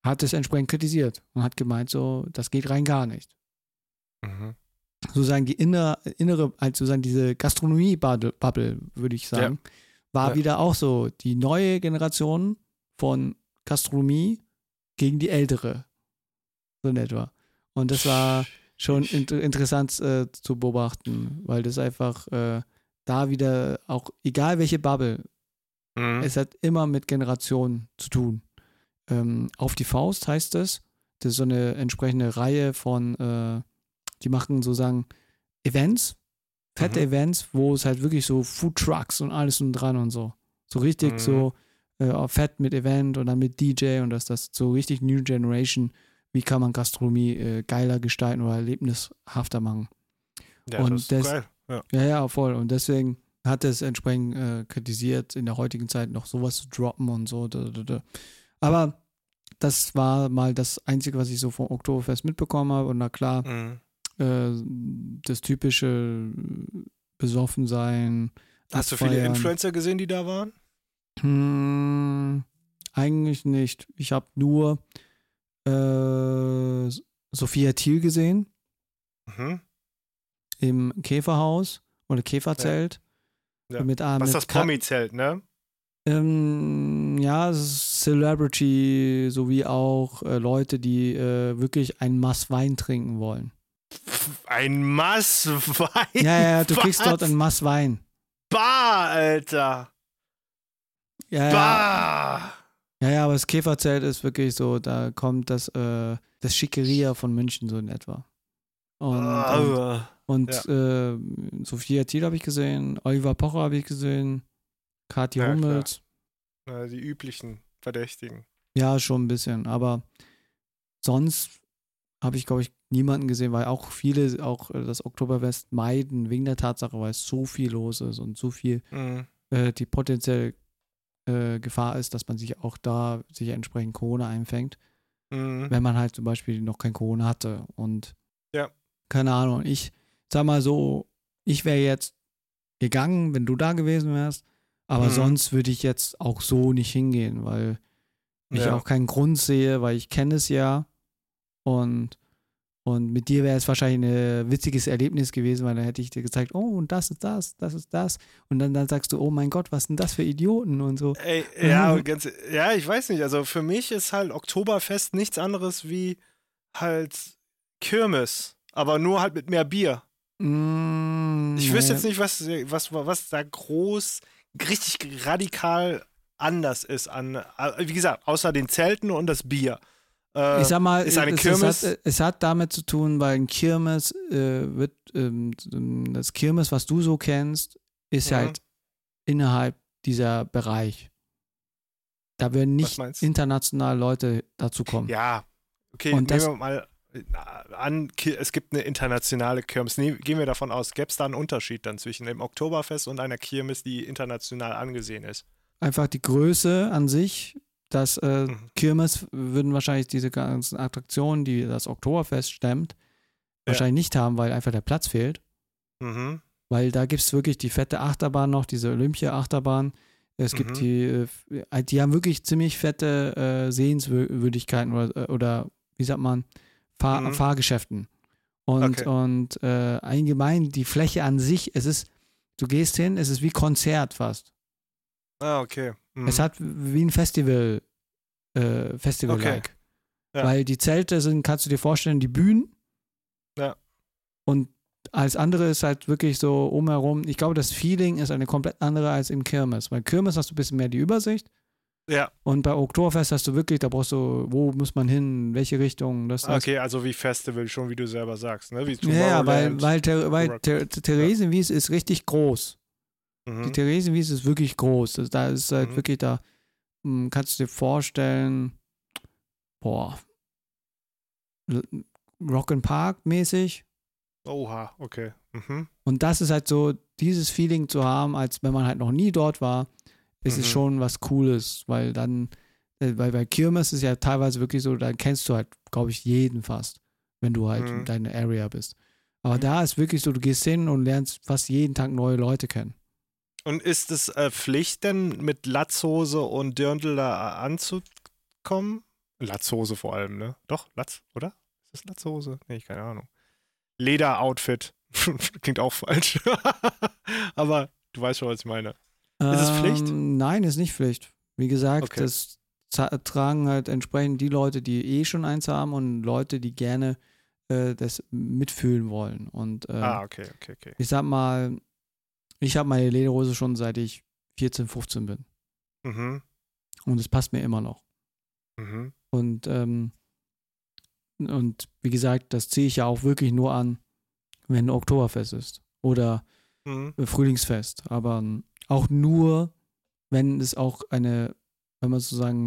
Speaker 3: hat es entsprechend kritisiert und hat gemeint, so, das geht rein gar nicht.
Speaker 2: Mhm.
Speaker 3: Sozusagen die innere, also sozusagen diese Gastronomie-Bubble, würde ich sagen, war wieder auch so die neue Generation von Gastronomie gegen die ältere. So in etwa. Und das war schon interessant zu beobachten, weil das einfach da wieder auch, egal welche Bubble, es hat immer mit Generationen zu tun. Auf die Faust heißt es, das ist so eine entsprechende Reihe von, die machen sozusagen Events, fette Events, wo es halt wirklich so Food Trucks und alles und dran und so. So richtig so fett mit Event und dann mit DJ und das so richtig New Generation. Wie kann man Gastronomie geiler gestalten oder erlebnishafter machen?
Speaker 2: Ja,
Speaker 3: und
Speaker 2: das ist geil.
Speaker 3: Ja, voll. Und deswegen hat es entsprechend kritisiert, in der heutigen Zeit noch sowas zu droppen und so. Aber das war mal das Einzige, was ich so vom Oktoberfest mitbekommen habe. Und na klar, das typische Besoffensein.
Speaker 2: Hast du viele Influencer gesehen, die da waren?
Speaker 3: Eigentlich nicht. Ich habe nur Sophia Thiel gesehen im Käferhaus oder Käferzelt.
Speaker 2: Ja.
Speaker 3: Mit,
Speaker 2: was ist das Promi-Zelt, ne?
Speaker 3: Ja, Celebrity sowie auch Leute, die wirklich ein Maß Wein trinken wollen.
Speaker 2: Ein Maß Wein?
Speaker 3: Ja, du kriegst dort ein Maß Wein.
Speaker 2: Bah, Alter. Bah.
Speaker 3: Ja, aber das Käferzelt ist wirklich so, da kommt das Schickeria von München so in etwa. Und Sophia Thiel habe ich gesehen, Oliver Pocher habe ich gesehen, Kathi Hummels.
Speaker 2: Die üblichen Verdächtigen.
Speaker 3: Ja, schon ein bisschen, aber sonst habe ich, glaube ich, niemanden gesehen, weil auch viele auch das Oktoberfest meiden, wegen der Tatsache, weil es so viel los ist und so viel die potenzielle Gefahr ist, dass man sich auch da entsprechend Corona einfängt, wenn man halt zum Beispiel noch kein Corona hatte. Und keine Ahnung, ich sag mal so, ich wäre jetzt gegangen, wenn du da gewesen wärst, aber sonst würde ich jetzt auch so nicht hingehen, weil ich auch keinen Grund sehe, weil ich kenne es ja und mit dir wäre es wahrscheinlich ein witziges Erlebnis gewesen, weil dann hätte ich dir gezeigt, oh, und das ist das ist das. Und dann sagst du, oh mein Gott, was sind das für Idioten und so.
Speaker 2: Ey, ich weiß nicht. Also für mich ist halt Oktoberfest nichts anderes wie halt Kirmes, aber nur halt mit mehr Bier. Ich wüsste jetzt nicht, was da groß, richtig radikal anders ist an, wie gesagt, außer den Zelten und das Bier.
Speaker 3: Ich sag mal,
Speaker 2: ist eine Kirmes.
Speaker 3: Es hat damit zu tun, weil ein Kirmes wird, das Kirmes, was du so kennst, ist halt innerhalb dieser Bereich. Da werden nicht international Leute dazu kommen.
Speaker 2: Ja, okay, nehmen wir mal an, es gibt eine internationale Kirmes. Gehen wir davon aus, gäbe es da einen Unterschied dann zwischen dem Oktoberfest und einer Kirmes, die international angesehen ist?
Speaker 3: Einfach die Größe an sich. Das Kirmes würden wahrscheinlich diese ganzen Attraktionen, die das Oktoberfest stemmt, wahrscheinlich nicht haben, weil einfach der Platz fehlt. Weil da gibt es wirklich die fette Achterbahn noch, diese Olympia-Achterbahn. Es gibt die haben wirklich ziemlich fette Sehenswürdigkeiten oder wie sagt man, Fahrgeschäften. Und allgemein die Fläche an sich, du gehst hin, es ist wie Konzert fast.
Speaker 2: Ah, okay.
Speaker 3: Es hat wie ein Festival-like. Okay. Ja. Weil die Zelte sind, kannst du dir vorstellen, die Bühnen.
Speaker 2: Ja.
Speaker 3: Und alles andere ist halt wirklich so umherum. Ich glaube, das Feeling ist eine komplett andere als im Kirmes. Bei Kirmes hast du ein bisschen mehr die Übersicht.
Speaker 2: Ja.
Speaker 3: Und bei Oktoberfest hast du wirklich, da brauchst du, wo muss man hin, in welche Richtung.
Speaker 2: Okay, also wie Festival, schon wie du selber sagst, ne? Wie
Speaker 3: ja, weil Theresienwiese ist richtig groß. Die Theresienwiese ist wirklich groß. Da ist halt wirklich, da kannst du dir vorstellen, Rock'n'Park mäßig.
Speaker 2: Oha, okay.
Speaker 3: Und das ist halt so, dieses Feeling zu haben, als wenn man halt noch nie dort war, ist es schon was Cooles, weil dann, weil bei Kirmes ist ja teilweise wirklich so, da kennst du halt, glaube ich, jeden fast, wenn du halt in deiner Area bist. Aber da ist wirklich so, du gehst hin und lernst fast jeden Tag neue Leute kennen.
Speaker 2: Und ist es Pflicht denn, mit Latzhose und Dirndl da anzukommen? Latzhose vor allem, ne? Doch, Latz, oder? Ist das Latzhose? Nee, keine Ahnung. Leder-Outfit. Klingt auch falsch. Aber du weißt schon, was ich meine. Ist es Pflicht?
Speaker 3: Nein, ist nicht Pflicht. Wie gesagt,
Speaker 2: Okay.
Speaker 3: das tragen halt entsprechend die Leute, die schon eins haben und Leute, die gerne das mitfühlen wollen. Und
Speaker 2: Okay.
Speaker 3: ich sag mal, ich habe meine Lederhose schon seit ich 14, 15 bin.
Speaker 2: Mhm.
Speaker 3: Und es passt mir immer noch.
Speaker 2: Mhm.
Speaker 3: Und wie gesagt, das ziehe ich ja auch wirklich nur an, wenn ein Oktoberfest ist oder Frühlingsfest. Aber auch nur, wenn es auch wenn man sozusagen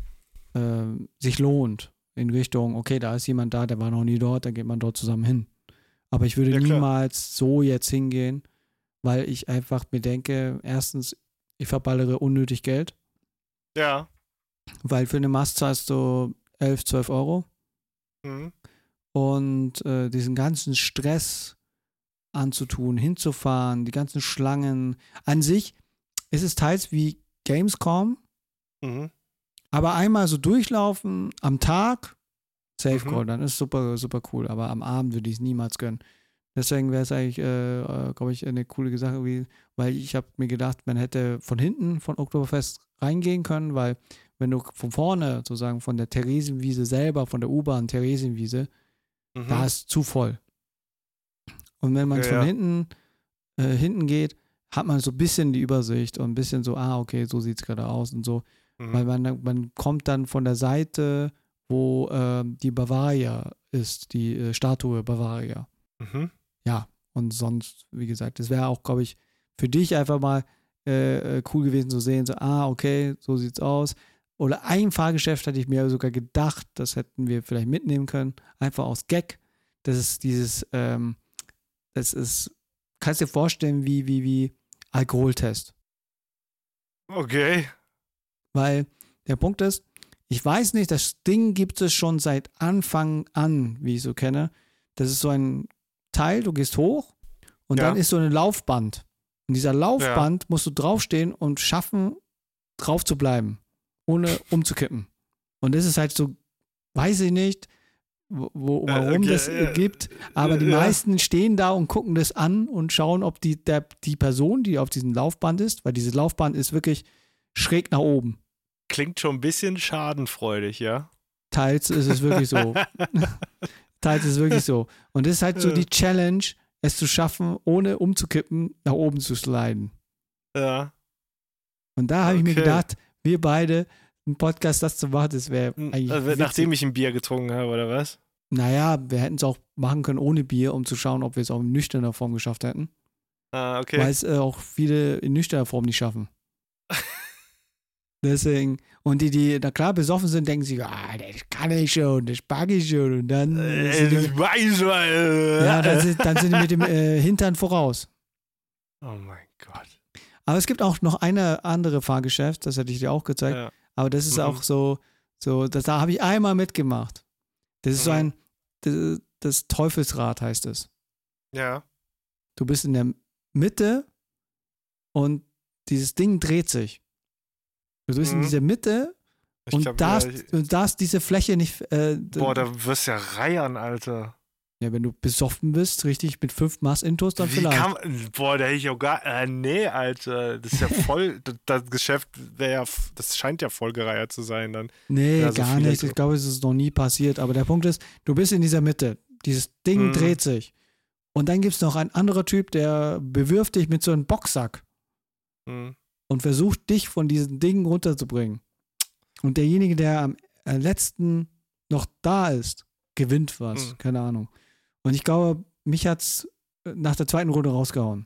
Speaker 3: sich lohnt in Richtung, okay, da ist jemand da, der war noch nie dort, dann geht man dort zusammen hin. Aber ich würde niemals so jetzt hingehen, weil ich einfach mir denke, erstens, ich verballere unnötig Geld.
Speaker 2: Ja.
Speaker 3: Weil für eine Mast zahlst du 11, 12 Euro.
Speaker 2: Mhm.
Speaker 3: Und diesen ganzen Stress anzutun, hinzufahren, die ganzen Schlangen. An sich ist es teils wie Gamescom, aber einmal so durchlaufen am Tag, Safe Call, dann ist super, super cool. Aber am Abend würde ich es niemals gönnen. Deswegen wäre es eigentlich, glaube ich, eine coole Sache, weil ich habe mir gedacht, man hätte von hinten von Oktoberfest reingehen können, weil wenn du von vorne, sozusagen von der Theresienwiese selber, von der U-Bahn Theresienwiese, da ist zu voll. Und wenn man von hinten geht, hat man so ein bisschen die Übersicht und ein bisschen so, okay, so sieht es gerade aus und so. Weil man kommt dann von der Seite, wo die Bavaria ist, die Statue Bavaria. Ja, und sonst, wie gesagt, das wäre auch, glaube ich, für dich einfach mal cool gewesen zu sehen, so, okay, so sieht's aus. Oder ein Fahrgeschäft hatte ich mir sogar gedacht, das hätten wir vielleicht mitnehmen können, einfach aus Gag. Das ist dieses, kannst du dir vorstellen, wie Alkoholtest.
Speaker 2: Okay.
Speaker 3: Weil der Punkt ist, ich weiß nicht, das Ding gibt es schon seit Anfang an, wie ich so kenne. Das ist so ein Teil, du gehst hoch und dann ist so eine Laufband. Und dieser Laufband musst du draufstehen und schaffen, drauf zu bleiben, ohne umzukippen. Und das ist halt so, weiß ich nicht, warum das gibt, aber die meisten stehen da und gucken das an und schauen, ob die Person, die auf diesem Laufband ist, weil diese Laufband ist wirklich schräg nach oben.
Speaker 2: Klingt schon ein bisschen schadenfreudig, ja?
Speaker 3: Teils ist es wirklich so. Teils ist es wirklich so. Und das ist halt so die Challenge, es zu schaffen, ohne umzukippen, nach oben zu sliden.
Speaker 2: Ja.
Speaker 3: Und da habe ich mir gedacht, wir beide, einen Podcast das zu machen, das wäre eigentlich witzig.
Speaker 2: Nachdem ich ein Bier getrunken habe, oder was?
Speaker 3: Naja, wir hätten es auch machen können ohne Bier, um zu schauen, ob wir es auch in nüchterner Form geschafft hätten.
Speaker 2: Okay.
Speaker 3: Weil es auch viele in nüchterner Form nicht schaffen. Deswegen, und die da klar besoffen sind, denken sich, das kann ich schon, das packe ich schon. Und dann dann sind die mit dem Hintern voraus.
Speaker 2: Oh mein Gott.
Speaker 3: Aber es gibt auch noch eine andere Fahrgeschäft, das hätte ich dir auch gezeigt, aber das ist auch so da habe ich einmal mitgemacht. Das ist so das Teufelsrad heißt es.
Speaker 2: Ja.
Speaker 3: Du bist in der Mitte und dieses Ding dreht sich. Du bist in dieser Mitte und darfst diese Fläche nicht.
Speaker 2: Boah, da wirst du ja reiern, Alter.
Speaker 3: Ja, wenn du besoffen bist, richtig mit 5 Maß-Intos, dann vielleicht.
Speaker 2: Boah, da hätte ich auch gar. Nee, Alter. Das ist ja voll. Das Geschäft das scheint ja voll gereiert zu sein dann.
Speaker 3: Nee, gar nicht. Ich glaube, es ist noch nie passiert. Aber der Punkt ist, du bist in dieser Mitte. Dieses Ding dreht sich. Und dann gibt es noch einen anderen Typ, der bewirft dich mit so einem Boxsack. Und versucht, dich von diesen Dingen runterzubringen. Und derjenige, der am letzten noch da ist, gewinnt was. Keine Ahnung. Und ich glaube, mich hat es nach der zweiten Runde rausgehauen.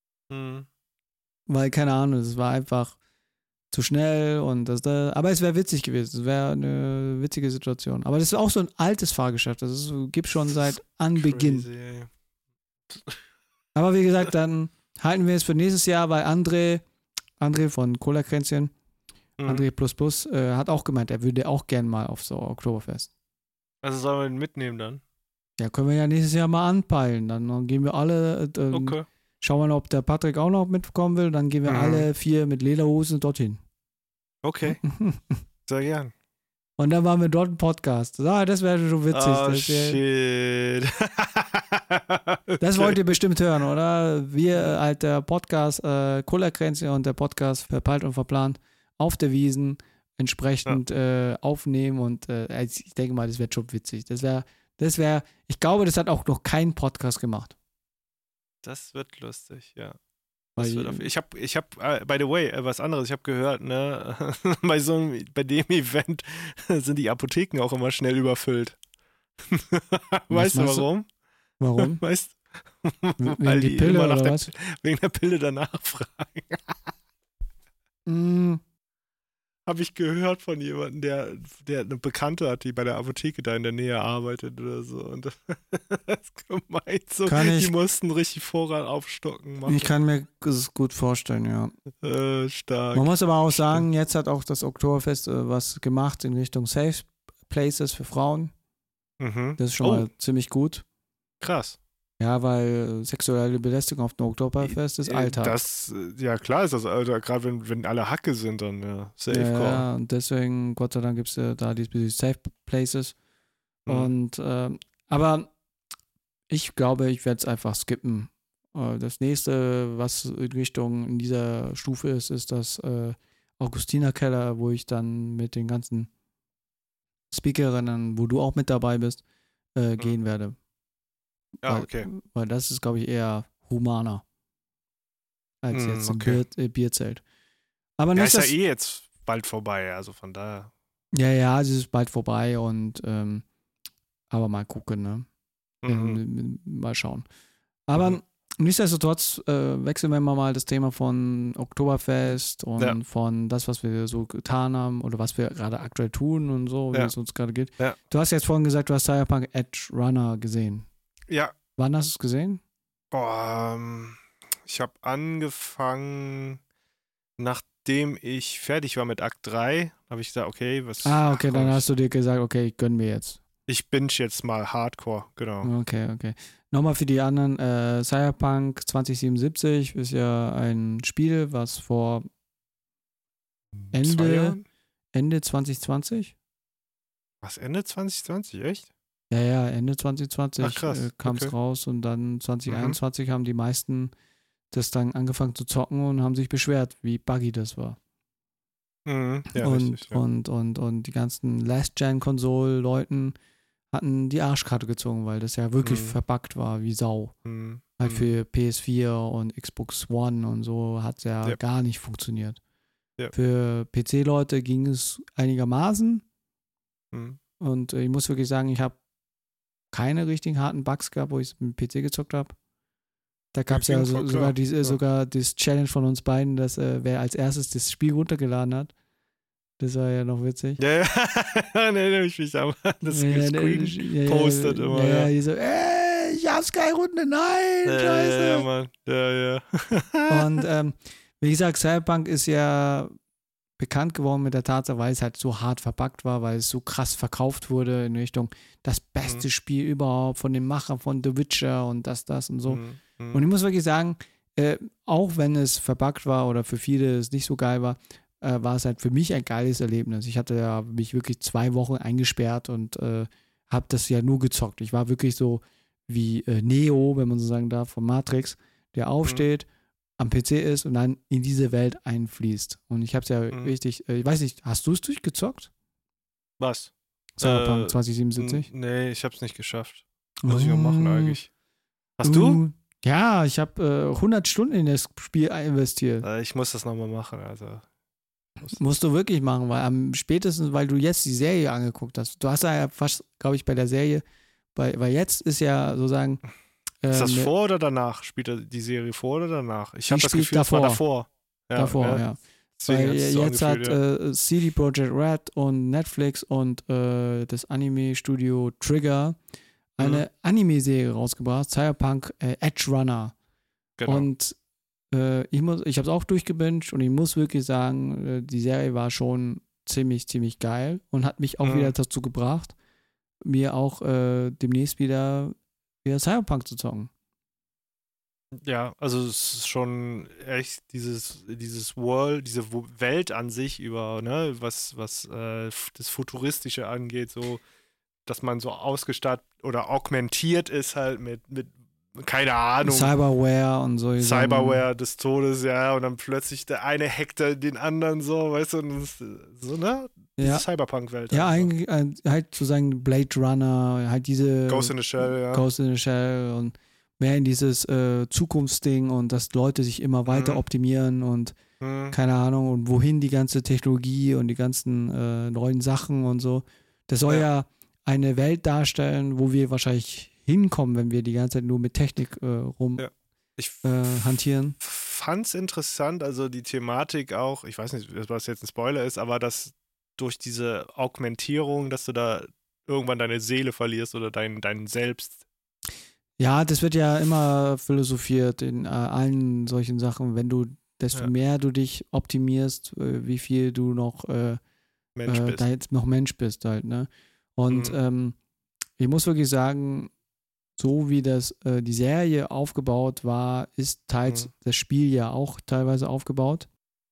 Speaker 3: Weil, keine Ahnung, es war einfach zu schnell und aber es wäre witzig gewesen. Es wäre eine witzige Situation. Aber das ist auch so ein altes Fahrgeschäft. Das gibt es schon seit Anbeginn.
Speaker 2: Crazy.
Speaker 3: Aber wie gesagt, dann halten wir es für nächstes Jahr, weil André von Cola-Kränzchen, André ++, hat auch gemeint, er würde auch gern mal auf so Oktoberfest.
Speaker 2: Also sollen wir ihn mitnehmen dann?
Speaker 3: Ja, können wir ja nächstes Jahr mal anpeilen. Dann gehen wir alle, schauen wir mal, ob der Patrick auch noch mitkommen will, dann gehen wir alle 4 mit Lederhosen dorthin.
Speaker 2: Okay, sehr gern.
Speaker 3: Und dann waren wir dort im Podcast. Das wäre schon witzig.
Speaker 2: Oh, shit.
Speaker 3: Das wollt ihr bestimmt hören, oder? Wir, halt der Podcast Kullerkränzchen und der Podcast Verpeilt und Verplant auf der Wiesn entsprechend aufnehmen und ich denke mal, das wird schon witzig. Das wäre, ich glaube, das hat auch noch kein Podcast gemacht.
Speaker 2: Das wird lustig, ja. Ich habe, by the way, was anderes. Ich habe gehört, ne, bei dem Event sind die Apotheken auch immer schnell überfüllt. Weißt du warum?
Speaker 3: Warum?
Speaker 2: Weißt du?
Speaker 3: Wegen die Pille oder was?
Speaker 2: Wegen der Pille danach fragen. Habe ich gehört von jemandem, der eine Bekannte hat, die bei der Apotheke da in der Nähe arbeitet oder so. Und das ist gemeint so. Die mussten richtig Vorrat aufstocken. Machen.
Speaker 3: Ich kann mir das gut vorstellen, ja.
Speaker 2: Stark.
Speaker 3: Man muss aber auch sagen, jetzt hat auch das Oktoberfest was gemacht in Richtung Safe Places für Frauen. Das ist schon mal ziemlich gut.
Speaker 2: Krass.
Speaker 3: Ja, weil sexuelle Belästigung auf dem Oktoberfest ist Alltag.
Speaker 2: Ja, klar ist das, Alter. Gerade wenn alle Hacke sind, dann safe call.
Speaker 3: Ja, und deswegen, Gott sei Dank, gibt es da diese Safe Places. Und, aber ich glaube, ich werde es einfach skippen. Das nächste, was in dieser Stufe ist das Augustiner Keller, wo ich dann mit den ganzen Speakerinnen, wo du auch mit dabei bist, gehen werde.
Speaker 2: Ja, okay.
Speaker 3: Weil das ist, glaube ich, eher humaner als jetzt ein Bierzelt. Aber
Speaker 2: ist ja jetzt bald vorbei, also von daher.
Speaker 3: Ja, es ist bald vorbei und aber mal gucken, ne? Mal schauen. Aber nichtsdestotrotz wechseln wir mal das Thema von Oktoberfest und von das, was wir so getan haben oder was wir gerade aktuell tun und so, wie es uns gerade geht.
Speaker 2: Ja.
Speaker 3: Du hast jetzt vorhin gesagt, du hast Cyberpunk Edge Runner gesehen.
Speaker 2: Ja.
Speaker 3: Wann hast du es gesehen?
Speaker 2: Ich habe angefangen, nachdem ich fertig war mit Akt 3, habe ich gesagt, okay, was...
Speaker 3: okay, dann hast du dir gesagt, okay, ich gönn mir jetzt.
Speaker 2: Ich binge jetzt mal Hardcore, genau.
Speaker 3: Okay. Nochmal für die anderen, Cyberpunk 2077 ist ja ein Spiel, was vor Ende 2020?
Speaker 2: Was, Ende 2020, echt?
Speaker 3: Ja, Ende 2020 kam es
Speaker 2: okay.
Speaker 3: raus und dann 2021 haben die meisten das dann angefangen zu zocken und haben sich beschwert, wie buggy das war.
Speaker 2: Ja,
Speaker 3: und,
Speaker 2: richtig, ja.
Speaker 3: und die ganzen Last-Gen-Konsole-Leuten hatten die Arschkarte gezogen, weil das ja wirklich verbuggt war wie Sau. Halt für PS4 und Xbox One und so hat es ja gar nicht funktioniert.
Speaker 2: Ja.
Speaker 3: Für PC-Leute ging es einigermaßen und ich muss wirklich sagen, ich habe keine richtigen harten Bugs gehabt, wo ich es mit dem PC gezockt habe. Da gab es ja sogar das Challenge von uns beiden, dass wer als erstes das Spiel runtergeladen hat. Das war ja noch witzig.
Speaker 2: Ja, erinnere ich mich an. Das gescreen-postet immer.
Speaker 3: Ja, die so, ich hab's keine Runde, nein, scheiße.
Speaker 2: Ja, Mann. Ja.
Speaker 3: Und wie gesagt, Cyberpunk ist ja bekannt geworden mit der Tatsache, weil es halt so hart verpackt war, weil es so krass verkauft wurde in Richtung das beste Spiel überhaupt von dem Macher von The Witcher und das und so. Und ich muss wirklich sagen, auch wenn es verpackt war oder für viele es nicht so geil war, war es halt für mich ein geiles Erlebnis. Ich hatte ja mich wirklich 2 Wochen eingesperrt und habe das ja nur gezockt. Ich war wirklich so wie Neo, wenn man so sagen darf, von Matrix, der aufsteht, am PC ist und dann in diese Welt einfließt. Und ich habe es ja richtig, ich weiß nicht, hast du es durchgezockt?
Speaker 2: Was?
Speaker 3: Cyberpunk 2077?
Speaker 2: Nee, ich habe es nicht geschafft. Muss ich noch machen eigentlich. Hast du?
Speaker 3: Ja, ich habe 100 Stunden in das Spiel investiert.
Speaker 2: Ich muss das nochmal machen, also.
Speaker 3: Musst du wirklich machen, weil spätestens, weil du jetzt die Serie angeguckt hast. Du hast ja fast, glaube ich, bei der Serie, weil jetzt ist ja sozusagen.
Speaker 2: Ist das vor oder danach? Spielt die Serie vor oder danach? Ich habe das Gefühl, es war davor.
Speaker 3: Ja. Weil jetzt hat CD Projekt Red und Netflix und das Anime-Studio Trigger eine Anime-Serie rausgebracht, Cyberpunk Edge Runner.
Speaker 2: Genau.
Speaker 3: Und ich habe es auch durchgebinged und ich muss wirklich sagen, die Serie war schon ziemlich, ziemlich geil und hat mich auch wieder dazu gebracht, mir auch demnächst wieder Cyberpunk zu zocken.
Speaker 2: Ja, also es ist schon echt dieses World, diese Welt an sich über, ne, was das Futuristische angeht, so, dass man so ausgestattet oder augmentiert ist halt mit keine Ahnung.
Speaker 3: Cyberware und so.
Speaker 2: Cyberware des Todes, ja, und dann plötzlich der eine hackt den anderen so, weißt du, und das, so, ne? Diese Cyberpunk-Welt.
Speaker 3: Ja, eigentlich halt sozusagen Blade Runner, halt diese
Speaker 2: Ghost in the Shell, ja.
Speaker 3: Ghost in the Shell und mehr in dieses Zukunftsding und dass Leute sich immer weiter optimieren und keine Ahnung und wohin die ganze Technologie und die ganzen neuen Sachen und so. Das soll ja eine Welt darstellen, wo wir wahrscheinlich hinkommen, wenn wir die ganze Zeit nur mit Technik hantieren.
Speaker 2: Fand's interessant, also die Thematik auch, ich weiß nicht, was jetzt ein Spoiler ist, aber dass durch diese Augmentierung, dass du da irgendwann deine Seele verlierst oder dein Selbst.
Speaker 3: Ja, das wird ja immer philosophiert in allen solchen Sachen, desto mehr du dich optimierst, wie viel du noch
Speaker 2: Mensch bist.
Speaker 3: da jetzt noch Mensch bist halt, ne? Und ich muss wirklich sagen, so wie die Serie aufgebaut war, ist teils das Spiel ja auch teilweise aufgebaut.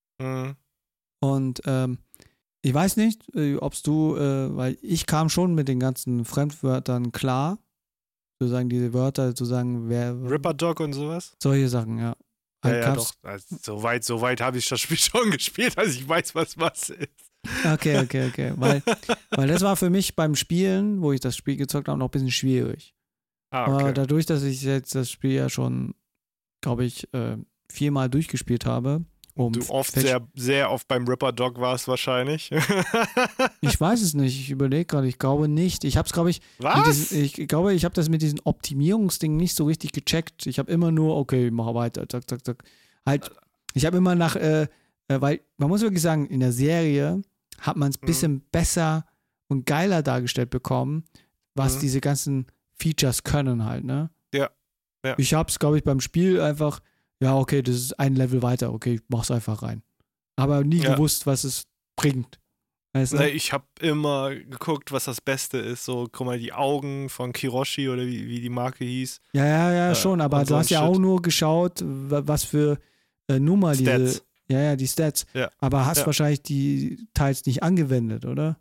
Speaker 3: Und ich weiß nicht, ob du, weil ich kam schon mit den ganzen Fremdwörtern klar, sozusagen diese Wörter, sozusagen
Speaker 2: Ripper Dog und sowas?
Speaker 3: Solche Sachen, ja.
Speaker 2: Ja, doch. Also, so weit habe ich das Spiel schon gespielt, also ich weiß, was ist.
Speaker 3: Okay. Weil das war für mich beim Spielen, wo ich das Spiel gezockt habe, noch ein bisschen schwierig. Aber dadurch, dass ich jetzt das Spiel ja schon, glaube ich, 4-mal durchgespielt habe.
Speaker 2: Du sehr oft beim Ripper Dog warst wahrscheinlich.
Speaker 3: Ich weiß es nicht, ich überlege gerade, ich glaube nicht. Ich habe es, glaube ich, ich glaube, ich habe das mit diesem Optimierungsding nicht so richtig gecheckt. Ich habe immer nur, okay, mach weiter, zack. Halt, ich habe immer weil man muss wirklich sagen, in der Serie hat man es ein bisschen besser und geiler dargestellt bekommen, was diese ganzen Features können halt, ne?
Speaker 2: Ja.
Speaker 3: Ich habe es, glaube ich, beim Spiel einfach, ja, okay, das ist ein Level weiter, okay, ich mach's einfach rein. Aber nie gewusst, was es bringt. Weißt du?
Speaker 2: Ich habe immer geguckt, was das Beste ist. So, guck mal, die Augen von Kiroshi oder wie die Marke hieß.
Speaker 3: Ja, schon, aber du hast ja auch nur geschaut, was für Nummer
Speaker 2: Stats.
Speaker 3: Die Stats.
Speaker 2: Ja.
Speaker 3: Aber hast wahrscheinlich die teils nicht angewendet, oder?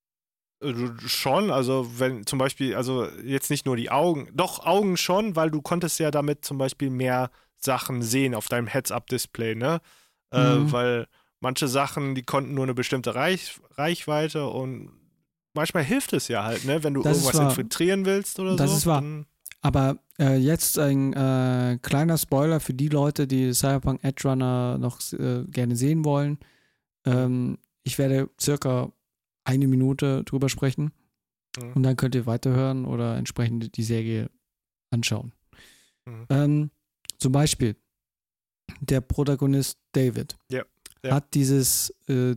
Speaker 2: Schon, also wenn zum Beispiel, also jetzt nicht nur die Augen, doch Augen schon, weil du konntest ja damit zum Beispiel mehr Sachen sehen auf deinem Heads-Up-Display, ne? Weil manche Sachen, die konnten nur eine bestimmte Reichweite und manchmal hilft es ja halt, ne? Wenn du irgendwas infiltrieren willst oder so.
Speaker 3: Das ist wahr. Aber jetzt ein kleiner Spoiler für die Leute, die Cyberpunk Edge Runner noch gerne sehen wollen. Ich werde circa 1 Minute drüber sprechen und dann könnt ihr weiterhören oder entsprechend die Serie anschauen. Zum Beispiel der Protagonist David hat diesen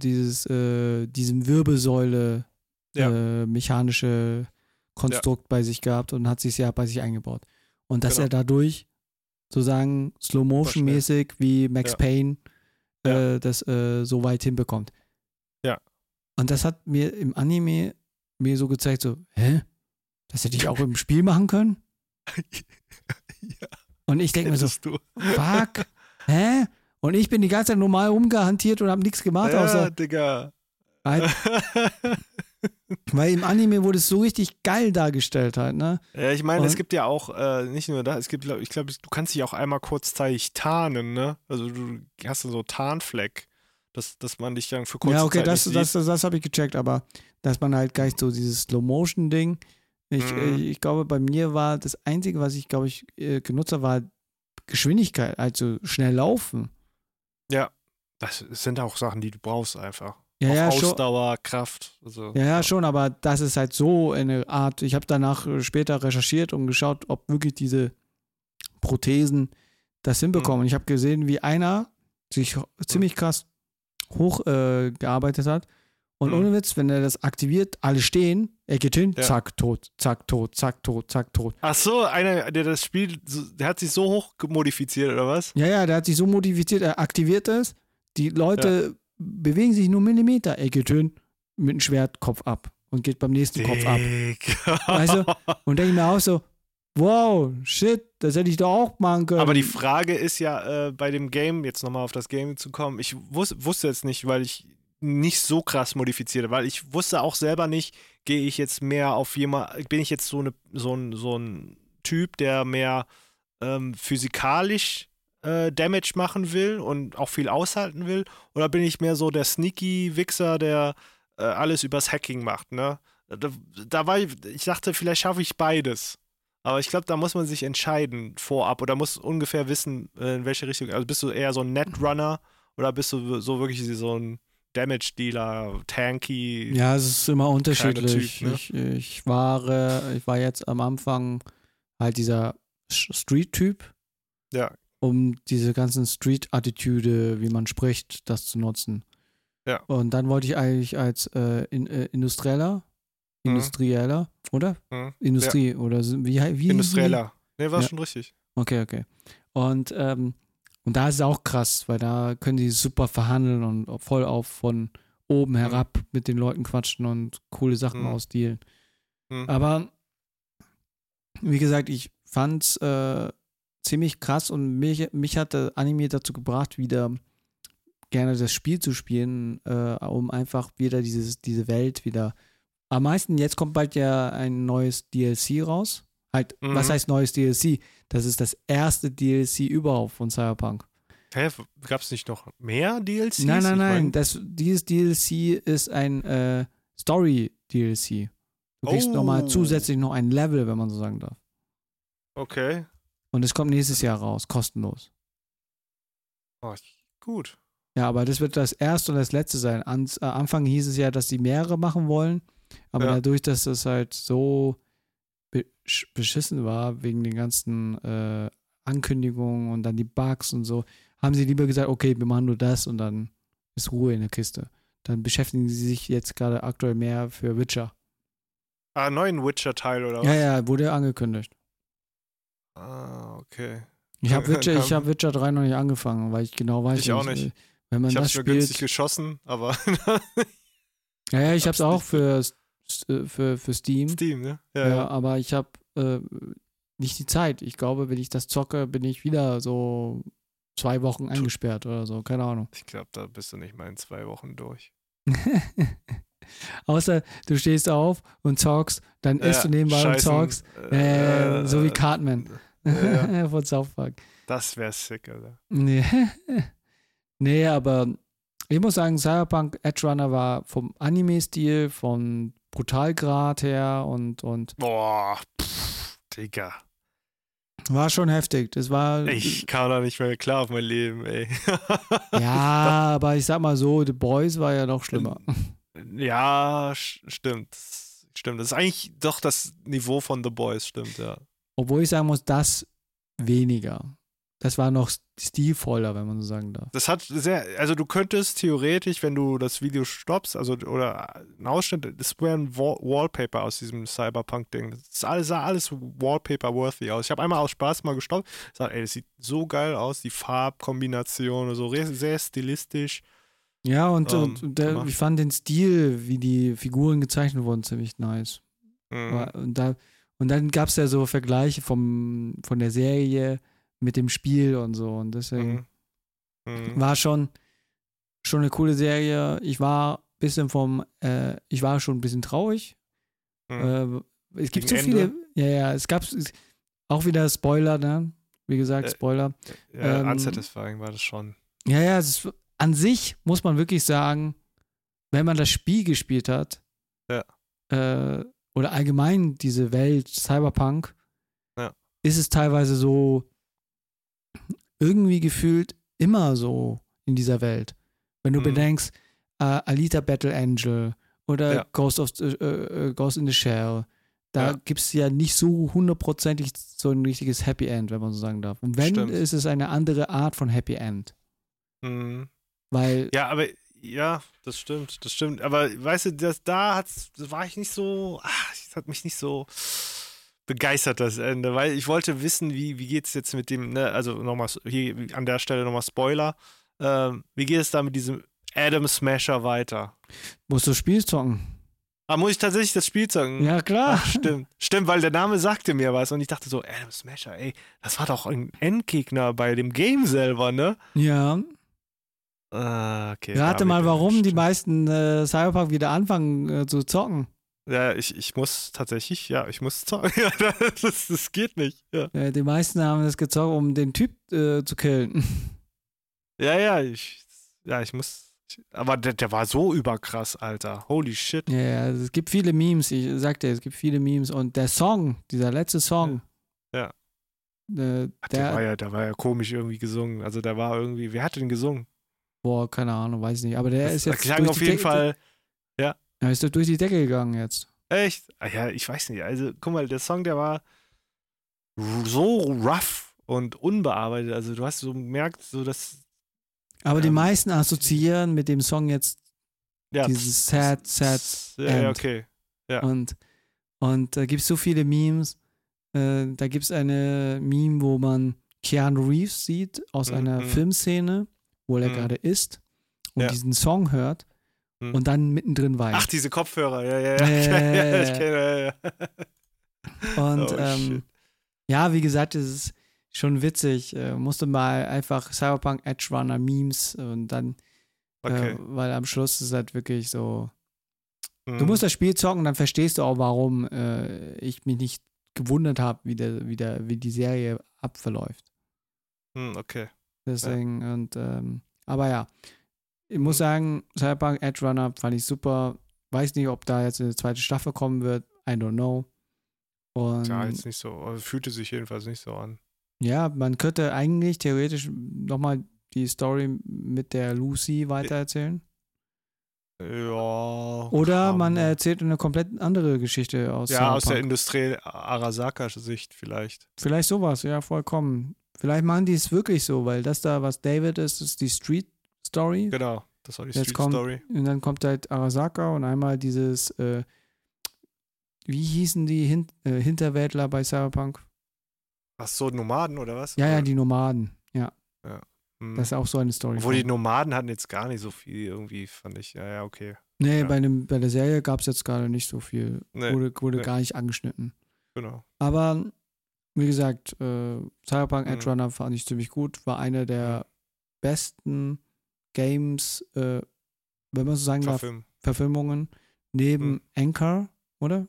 Speaker 3: Wirbelsäule mechanische Konstrukt bei sich gehabt und hat sich bei sich eingebaut. Und dass er dadurch sozusagen Slow-Motion-mäßig wie Max Payne das so weit hinbekommt.
Speaker 2: Ja.
Speaker 3: Und das hat mir im Anime so gezeigt, so, das hätte ich auch im Spiel machen können?
Speaker 2: Ja.
Speaker 3: Und ich denke mir so, fuck, Und ich bin die ganze Zeit normal rumgehantiert und habe nichts gemacht, außer.
Speaker 2: Digga.
Speaker 3: Weil im Anime wurde es so richtig geil dargestellt halt, ne?
Speaker 2: Ja, ich meine, es gibt ja auch nicht nur das, ich glaube, du kannst dich auch einmal kurzzeitig tarnen, ne? Also du hast so Tarnfleck, dass man dich dann für kurze Zeit nicht sieht.
Speaker 3: Das habe ich gecheckt, aber dass man halt gleich so dieses Slow-Motion-Ding, ich glaube, bei mir war das Einzige, was ich, glaube ich, genutzt habe, war Geschwindigkeit, also schnell laufen.
Speaker 2: Ja, das sind auch Sachen, die du brauchst einfach.
Speaker 3: Ja,
Speaker 2: Ausdauer, Kraft. Also,
Speaker 3: ja, schon, aber das ist halt so eine Art, ich habe danach später recherchiert und geschaut, ob wirklich diese Prothesen das hinbekommen. Und ich habe gesehen, wie einer sich ziemlich krass hochgearbeitet hat. Und ohne Witz, wenn er das aktiviert, alle stehen, er geht hin, zack, tot, zack, tot, zack, tot, zack, tot.
Speaker 2: Ach so, einer, der das Spiel, der hat sich so hoch modifiziert, oder was?
Speaker 3: Ja, der hat sich so modifiziert, er aktiviert es, die Leute bewegen sich nur Millimeter, er geht hin, mit dem Schwert Kopf ab und geht beim nächsten Kopf ab. Weißt du? Und denke ich mir auch so, wow, shit, das hätte ich doch auch machen können.
Speaker 2: Aber die Frage ist ja, bei dem Game, jetzt nochmal auf das Game zu kommen, ich wusste jetzt nicht, weil ich nicht so krass modifizierte, weil ich wusste auch selber nicht, gehe ich jetzt mehr auf bin ich jetzt so ein Typ, der mehr physikalisch Damage machen will und auch viel aushalten will, oder bin ich mehr so der sneaky Wichser, der alles übers Hacking macht, ne? Ich dachte, vielleicht schaffe ich beides. Aber ich glaube, da muss man sich entscheiden vorab oder muss ungefähr wissen, in welche Richtung. Also bist du eher so ein Netrunner oder bist du so wirklich so ein Damage-Dealer, Tanky?
Speaker 3: Ja, es ist immer unterschiedlich.
Speaker 2: Typ, ne?
Speaker 3: Ich war jetzt am Anfang halt dieser Street-Typ.
Speaker 2: Ja.
Speaker 3: Um diese ganzen Street-Attitüde, wie man spricht, das zu nutzen.
Speaker 2: Ja.
Speaker 3: Und dann wollte ich eigentlich als Industrieller, oder? Industrie, oder wie?
Speaker 2: Industrieller. Ne, war schon richtig.
Speaker 3: Okay. Und da ist es auch krass, weil da können die super verhandeln und voll auf von oben herab mit den Leuten quatschen und coole Sachen ausdealen. Aber wie gesagt, ich fand's ziemlich krass und mich hat der Anime dazu gebracht, wieder gerne das Spiel zu spielen, um einfach wieder diese Welt wieder. Am meisten, jetzt kommt bald ja ein neues DLC raus. Halt, was heißt neues DLC? Das ist das erste DLC überhaupt von Cyberpunk.
Speaker 2: Hä? Gab es nicht noch mehr DLCs?
Speaker 3: Nein. Dieses DLC ist ein Story-DLC. Du kriegst nochmal zusätzlich noch ein Level, wenn man so sagen darf.
Speaker 2: Okay.
Speaker 3: Und es kommt nächstes Jahr raus, kostenlos.
Speaker 2: Oh, gut.
Speaker 3: Ja, aber das wird das erste und das letzte sein. Am Anfang hieß es ja, dass sie mehrere machen wollen, aber dadurch, dass das halt so beschissen war, wegen den ganzen Ankündigungen und dann die Bugs und so, haben sie lieber gesagt, okay, wir machen nur das und dann ist Ruhe in der Kiste. Dann beschäftigen sie sich jetzt gerade aktuell mehr für Witcher.
Speaker 2: Neuen Witcher-Teil oder was?
Speaker 3: Ja, wurde angekündigt.
Speaker 2: Okay.
Speaker 3: Ich habe Witcher 3 noch nicht angefangen, weil ich genau weiß,
Speaker 2: ich auch nicht.
Speaker 3: Wenn man
Speaker 2: ich
Speaker 3: das
Speaker 2: hab's nur
Speaker 3: spielt,
Speaker 2: günstig geschossen, aber
Speaker 3: ja, ich hab's auch für Steam.
Speaker 2: Steam, ne?
Speaker 3: Ja, aber ich habe nicht die Zeit. Ich glaube, wenn ich das zocke, bin ich wieder so 2 Wochen eingesperrt oder so. Keine Ahnung.
Speaker 2: Ich glaube, da bist du nicht mal in 2 Wochen durch.
Speaker 3: Außer du stehst auf und zockst, dann isst du nebenbei und zockst. So wie Cartman von South Park.
Speaker 2: Das wäre sick, Alter.
Speaker 3: Nee, aber ich muss sagen, Cyberpunk Edge Runner war vom Anime-Stil, vom Brutalgrad her und
Speaker 2: boah, Digga.
Speaker 3: War schon heftig. Das war.
Speaker 2: Ich kam da nicht mehr klar auf mein Leben, ey.
Speaker 3: Ja, aber ich sag mal so, The Boys war ja noch schlimmer.
Speaker 2: Ja, stimmt. Das ist eigentlich doch das Niveau von The Boys, stimmt, ja.
Speaker 3: Obwohl ich sagen muss, das weniger. Das war noch stilvoller, wenn man so sagen darf.
Speaker 2: Das hat also du könntest theoretisch, wenn du das Video stoppst, oder einen Ausschnitt, das wäre ein Wallpaper aus diesem Cyberpunk-Ding. Das sah alles Wallpaper-worthy aus. Ich habe einmal aus Spaß mal gestoppt, gesagt, ey, das sieht so geil aus, die Farbkombination, so sehr stilistisch.
Speaker 3: Ja, ich fand den Stil, wie die Figuren gezeichnet wurden, ziemlich nice. Und dann gab es ja so Vergleiche von der Serie mit dem Spiel und so. Und deswegen war schon eine coole Serie. Ich war schon ein bisschen traurig. Es gibt so viele. Ja, es gab auch wieder Spoiler, ne? Wie gesagt, Spoiler.
Speaker 2: Unsatisfying war das schon.
Speaker 3: Ja, an sich muss man wirklich sagen, wenn man das Spiel gespielt hat, oder allgemein diese Welt Cyberpunk, ist es teilweise so irgendwie gefühlt immer so in dieser Welt. Wenn du bedenkst, Alita Battle Angel oder Ghost in the Shell, da gibt es ja nicht so hundertprozentig so ein richtiges Happy End, wenn man so sagen darf. Und wenn, ist es eine andere Art von Happy End. Weil das stimmt. Aber weißt du, das war ich nicht so, das hat mich nicht so begeistert, das Ende, weil ich wollte wissen, wie geht es jetzt mit dem, ne, also nochmal hier an der Stelle nochmal Spoiler, wie geht es da mit diesem Adam Smasher weiter? Musst du Spiel zocken.
Speaker 2: muss ich tatsächlich das Spiel zocken?
Speaker 3: Ja, klar.
Speaker 2: Ach, stimmt, weil der Name sagte mir was und ich dachte so, Adam Smasher, ey, das war doch ein Endgegner bei dem Game selber, ne?
Speaker 3: Ja.
Speaker 2: Okay.
Speaker 3: Rate mal, warum die meisten Cyberpunk wieder anfangen zu zocken.
Speaker 2: Ja, ich muss tatsächlich, ich muss zocken. Ja, das geht nicht. Ja.
Speaker 3: Die meisten haben das gezockt, um den Typ zu killen.
Speaker 2: Ja, ich muss. Aber der war so überkrass, Alter. Holy shit.
Speaker 3: Ja, es gibt viele Memes. Ich sag dir, es gibt viele Memes. Und der Song, dieser letzte Song.
Speaker 2: Ja.
Speaker 3: Der
Speaker 2: war ja komisch irgendwie gesungen. Also der war irgendwie, wer hat den gesungen?
Speaker 3: Boah, keine Ahnung, weiß ich nicht. Aber der ist jetzt.
Speaker 2: Klang auf jeden Fall. Ja.
Speaker 3: Er ist durch die Decke gegangen jetzt.
Speaker 2: Echt? Ja, ich weiß nicht. Also, guck mal, der Song, der war so rough und unbearbeitet. Also, du hast so gemerkt, so dass.
Speaker 3: Aber die meisten assoziieren mit dem Song jetzt dieses sad End.
Speaker 2: Ja, okay. Ja.
Speaker 3: Und da gibt es so viele Memes. Da gibt es eine Meme, wo man Keanu Reeves sieht aus einer Filmszene, wo er gerade ist und diesen Song hört und dann mittendrin weint.
Speaker 2: Ach, diese Kopfhörer, ja, ich kenne,
Speaker 3: Und ja, wie gesagt, es ist schon witzig. Musste mal einfach Cyberpunk Edge Runner Memes und dann, weil am Schluss ist es halt wirklich so, du musst das Spiel zocken, dann verstehst du auch, warum ich mich nicht gewundert habe, wie die Serie abverläuft.
Speaker 2: Okay.
Speaker 3: Deswegen, und aber ja, ich muss sagen, Cyberpunk Edge Runner fand ich super. Weiß nicht, ob da jetzt eine zweite Staffel kommen wird. I don't know. Und
Speaker 2: ja, jetzt nicht so. Also fühlte sich jedenfalls nicht so an.
Speaker 3: Ja, man könnte eigentlich theoretisch nochmal die Story mit der Lucy weitererzählen.
Speaker 2: Ja.
Speaker 3: Oder man erzählt eine komplett andere Geschichte aus Cyberpunk.
Speaker 2: Aus der Industrie Arasaka-Sicht vielleicht.
Speaker 3: Vielleicht sowas, ja, vollkommen. Vielleicht machen die es wirklich so, weil das da, was David ist die Street-Story.
Speaker 2: Genau, das war die Street-Story.
Speaker 3: Und dann kommt halt Arasaka und einmal dieses, wie hießen die Hinterwäldler bei Cyberpunk?
Speaker 2: Ach so, Nomaden oder was?
Speaker 3: Ja, die Nomaden, ja. Das ist auch so eine Story.
Speaker 2: Obwohl die Nomaden hatten jetzt gar nicht so viel irgendwie, fand ich. Ja, okay.
Speaker 3: Nee, bei der Serie gab es jetzt gerade nicht so viel. Nee, wurde gar nicht angeschnitten.
Speaker 2: Genau.
Speaker 3: Aber wie gesagt, Cyberpunk Edge Runner fand ich ziemlich gut. War einer der besten Games, wenn man so sagen darf, Verfilmungen neben Anchor, oder?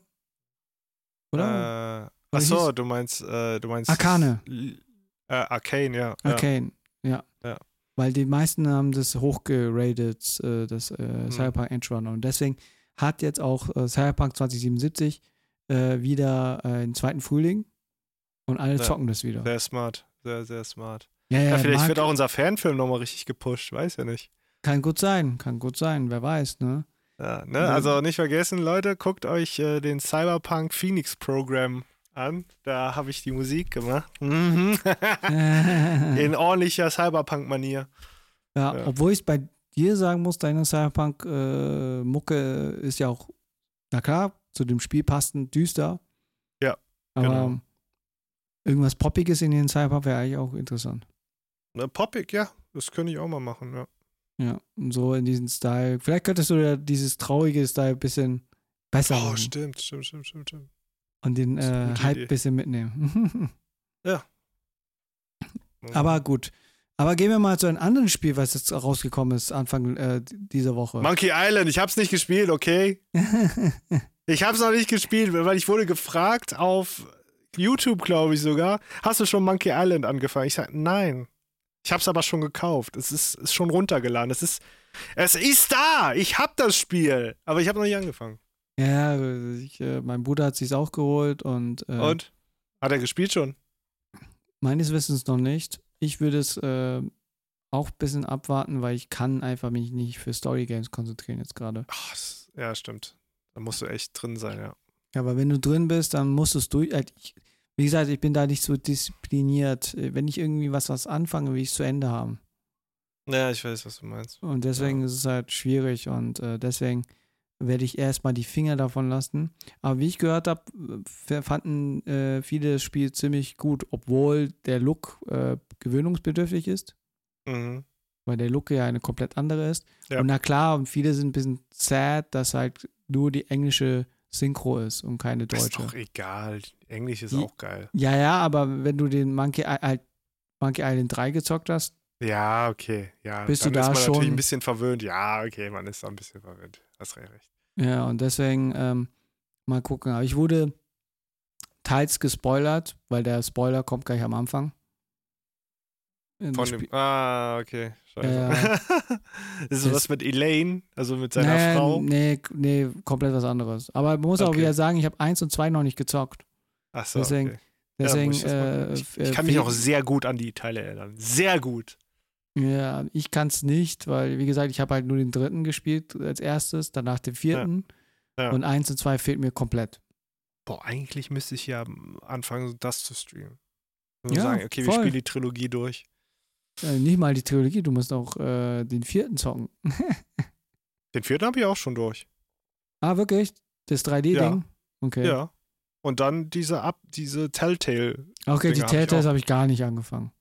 Speaker 2: Achso, du meinst
Speaker 3: Arcane.
Speaker 2: Arcane, ja.
Speaker 3: Arcane, ja. Weil die meisten haben das hochgeratet, das Cyberpunk Edge Runner. Und deswegen hat jetzt auch Cyberpunk 2077 wieder einen zweiten Frühling und alle zocken das wieder.
Speaker 2: Sehr smart, sehr, sehr smart.
Speaker 3: Ja,
Speaker 2: vielleicht wird auch unser Fanfilm nochmal richtig gepusht, weiß ja nicht.
Speaker 3: Kann gut sein, wer weiß, ne?
Speaker 2: Ja, ne? Also nicht vergessen, Leute, guckt euch den Cyberpunk Phoenix Program an. Da habe ich die Musik gemacht. In ordentlicher Cyberpunk-Manier.
Speaker 3: Ja, obwohl ich bei dir sagen muss, deine Cyberpunk-Mucke ist ja auch, na klar, zu dem Spiel passend düster.
Speaker 2: Ja,
Speaker 3: aber irgendwas Poppiges in den Cyberpunk wäre eigentlich auch interessant.
Speaker 2: Poppig, ja. Das könnte ich auch mal machen, ja.
Speaker 3: Ja, und so in diesem Style. Vielleicht könntest du ja dieses traurige Style ein bisschen besser machen.
Speaker 2: Oh, stimmt.
Speaker 3: Und den Hype ein bisschen mitnehmen.
Speaker 2: Ja.
Speaker 3: Aber gut. Aber gehen wir mal zu einem anderen Spiel, was jetzt rausgekommen ist Anfang dieser Woche.
Speaker 2: Monkey Island, ich hab's nicht gespielt, okay? Ich hab's noch nicht gespielt, weil ich wurde gefragt auf YouTube, glaube ich sogar, hast du schon Monkey Island angefangen? Ich sag, nein. Ich hab's aber schon gekauft. Es ist schon runtergeladen. Es ist da! Ich hab das Spiel! Aber ich habe noch nicht angefangen.
Speaker 3: Ja, mein Bruder hat sich's auch geholt und
Speaker 2: und? Hat er gespielt schon?
Speaker 3: Meines Wissens noch nicht. Ich würde es auch ein bisschen abwarten, weil ich kann einfach mich nicht für Story-Games konzentrieren jetzt gerade.
Speaker 2: Ja, stimmt. Da musst du echt drin sein, ja.
Speaker 3: Ja, aber wenn du drin bist, dann musst du es durch. Wie gesagt, ich bin da nicht so diszipliniert. Wenn ich irgendwie was anfange, will ich es zu Ende haben.
Speaker 2: Ja, ich weiß, was du meinst.
Speaker 3: Und deswegen ist es halt schwierig und deswegen werde ich erstmal die Finger davon lassen. Aber wie ich gehört habe, fanden viele das Spiel ziemlich gut, obwohl der Look gewöhnungsbedürftig ist.
Speaker 2: Mhm.
Speaker 3: Weil der Look ja eine komplett andere ist.
Speaker 2: Ja.
Speaker 3: Und na klar, und viele sind ein bisschen sad, dass halt nur die englische Synchro ist und keine deutsche.
Speaker 2: Ist doch egal. Englisch ist auch geil.
Speaker 3: Ja, aber wenn du den Monkey Island 3 gezockt hast,
Speaker 2: ja, okay. Ja,
Speaker 3: bist
Speaker 2: dann
Speaker 3: du da
Speaker 2: ist man
Speaker 3: schon
Speaker 2: natürlich ein bisschen verwöhnt. Ja, okay, man ist da ein bisschen verwöhnt. Hast recht.
Speaker 3: Ja, und deswegen mal gucken. Aber ich wurde teils gespoilert, weil der Spoiler kommt gleich am Anfang.
Speaker 2: Okay. Scheiße. Ist das was mit Elaine, also mit seiner Frau?
Speaker 3: Nee, komplett was anderes. Aber man muss auch wieder sagen, ich habe 1 und 2 noch nicht gezockt.
Speaker 2: Ach so,
Speaker 3: deswegen,
Speaker 2: ich kann mich auch sehr gut an die Teile erinnern. Sehr gut.
Speaker 3: Ja, ich kann es nicht, weil, wie gesagt, ich habe halt nur den 3. gespielt als erstes, danach den 4. Ja. Und 1 und 2 fehlt mir komplett.
Speaker 2: Boah, eigentlich müsste ich ja anfangen, das zu streamen. Und
Speaker 3: ja,
Speaker 2: sagen, okay, wir spielen die Trilogie durch.
Speaker 3: Nicht mal die Trilogie, du musst auch den 4. zocken.
Speaker 2: Den 4. habe ich auch schon durch.
Speaker 3: Ah, wirklich? Das 3D-Ding?
Speaker 2: Ja.
Speaker 3: Okay.
Speaker 2: Ja. Und dann diese Telltale.
Speaker 3: Okay, die Telltales habe ich gar nicht angefangen.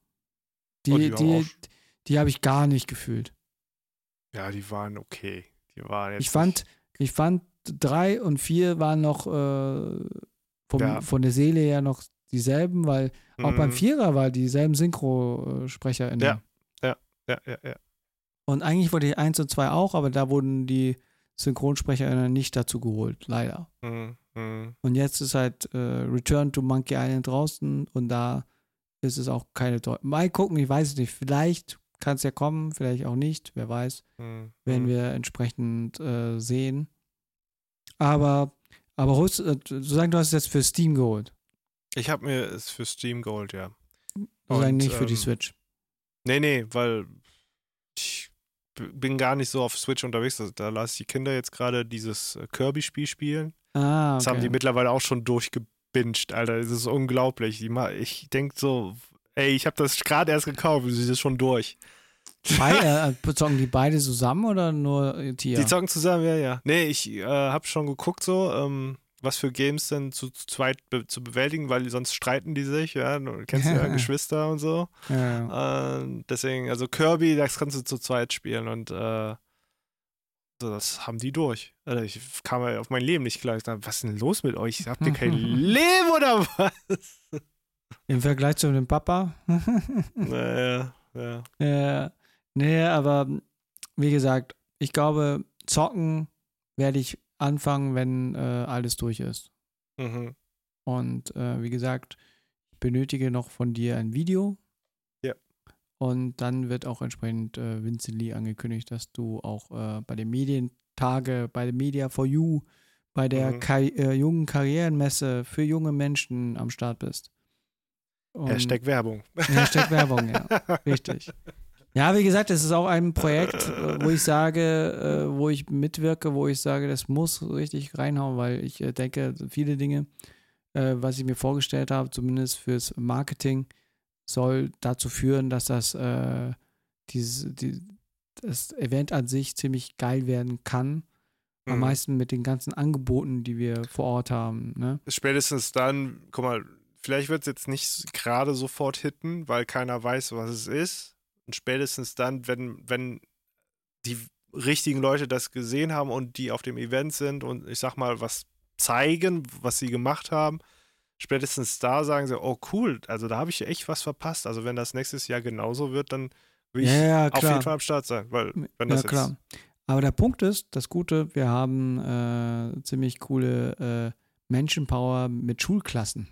Speaker 3: Die habe ich gar nicht gefühlt.
Speaker 2: Ja, die waren okay. Die waren jetzt
Speaker 3: ich fand 3 und 4 waren noch von der Seele her noch dieselben, weil auch beim 4er war dieselben SynchrosprecherInnen.
Speaker 2: Ja.
Speaker 3: Und eigentlich wurde die 1 und 2 auch, aber da wurden die SynchronsprecherInnen nicht dazu geholt, leider. Und jetzt ist halt Return to Monkey Island draußen und da ist es auch keine Mal gucken, ich weiß es nicht, vielleicht kann es ja kommen, vielleicht auch nicht, wer weiß, werden wir entsprechend sehen. Aber du sagst, du hast es jetzt für Steam geholt.
Speaker 2: Ich habe mir es für Steam geholt, ja.
Speaker 3: Und nicht für die Switch.
Speaker 2: Nee, weil ich bin gar nicht so auf Switch unterwegs. Da lasse ich die Kinder jetzt gerade dieses Kirby-Spiel spielen.
Speaker 3: Ah, okay.
Speaker 2: Das haben die mittlerweile auch schon durchgebinged, Alter. Das ist unglaublich. Ich denke so, ey, ich habe das gerade erst gekauft, sie ist schon durch.
Speaker 3: Zocken die beide zusammen oder nur Tia?
Speaker 2: Die zocken zusammen, ja. Nee, ich habe schon geguckt so, was für Games denn zu zweit zu bewältigen, weil sonst streiten die sich, ja. Du kennst ja Geschwister und so.
Speaker 3: Ja.
Speaker 2: Deswegen, also Kirby, das kannst du zu zweit spielen und so, das haben die durch. Alter, ich kam ja auf mein Leben nicht klar. Ich dachte, was ist denn los mit euch? Habt ihr kein Leben oder was?
Speaker 3: Im Vergleich zu dem Papa?
Speaker 2: Naja, ja.
Speaker 3: Nee, aber wie gesagt, ich glaube, zocken werde ich anfangen, wenn alles durch ist. Und wie gesagt, ich benötige noch von dir ein Video.
Speaker 2: Ja.
Speaker 3: Und dann wird auch entsprechend Vincent Lee angekündigt, dass du auch bei den Medientage, bei der Media for You, bei der jungen Karrierenmesse für junge Menschen am Start bist.
Speaker 2: Hashtag Werbung.
Speaker 3: Hashtag Werbung, ja. Richtig. Ja, wie gesagt, es ist auch ein Projekt, wo ich sage, wo ich mitwirke, wo ich sage, das muss richtig reinhauen, weil ich denke, viele Dinge, was ich mir vorgestellt habe, zumindest fürs Marketing, soll dazu führen, dass das Event an sich ziemlich geil werden kann. Am meisten mit den ganzen Angeboten, die wir vor Ort haben. Ne?
Speaker 2: Spätestens dann, guck mal, vielleicht wird es jetzt nicht gerade sofort hitten, weil keiner weiß, was es ist. Und spätestens dann, wenn die richtigen Leute das gesehen haben und die auf dem Event sind und ich sag mal, was zeigen, was sie gemacht haben, spätestens da sagen sie, oh cool, also da habe ich echt was verpasst. Also wenn das nächstes Jahr genauso wird, dann will ich auf jeden Fall am Start sein. Weil, wenn das
Speaker 3: klar. Aber der Punkt ist, das Gute, wir haben ziemlich coole Menschenpower mit Schulklassen.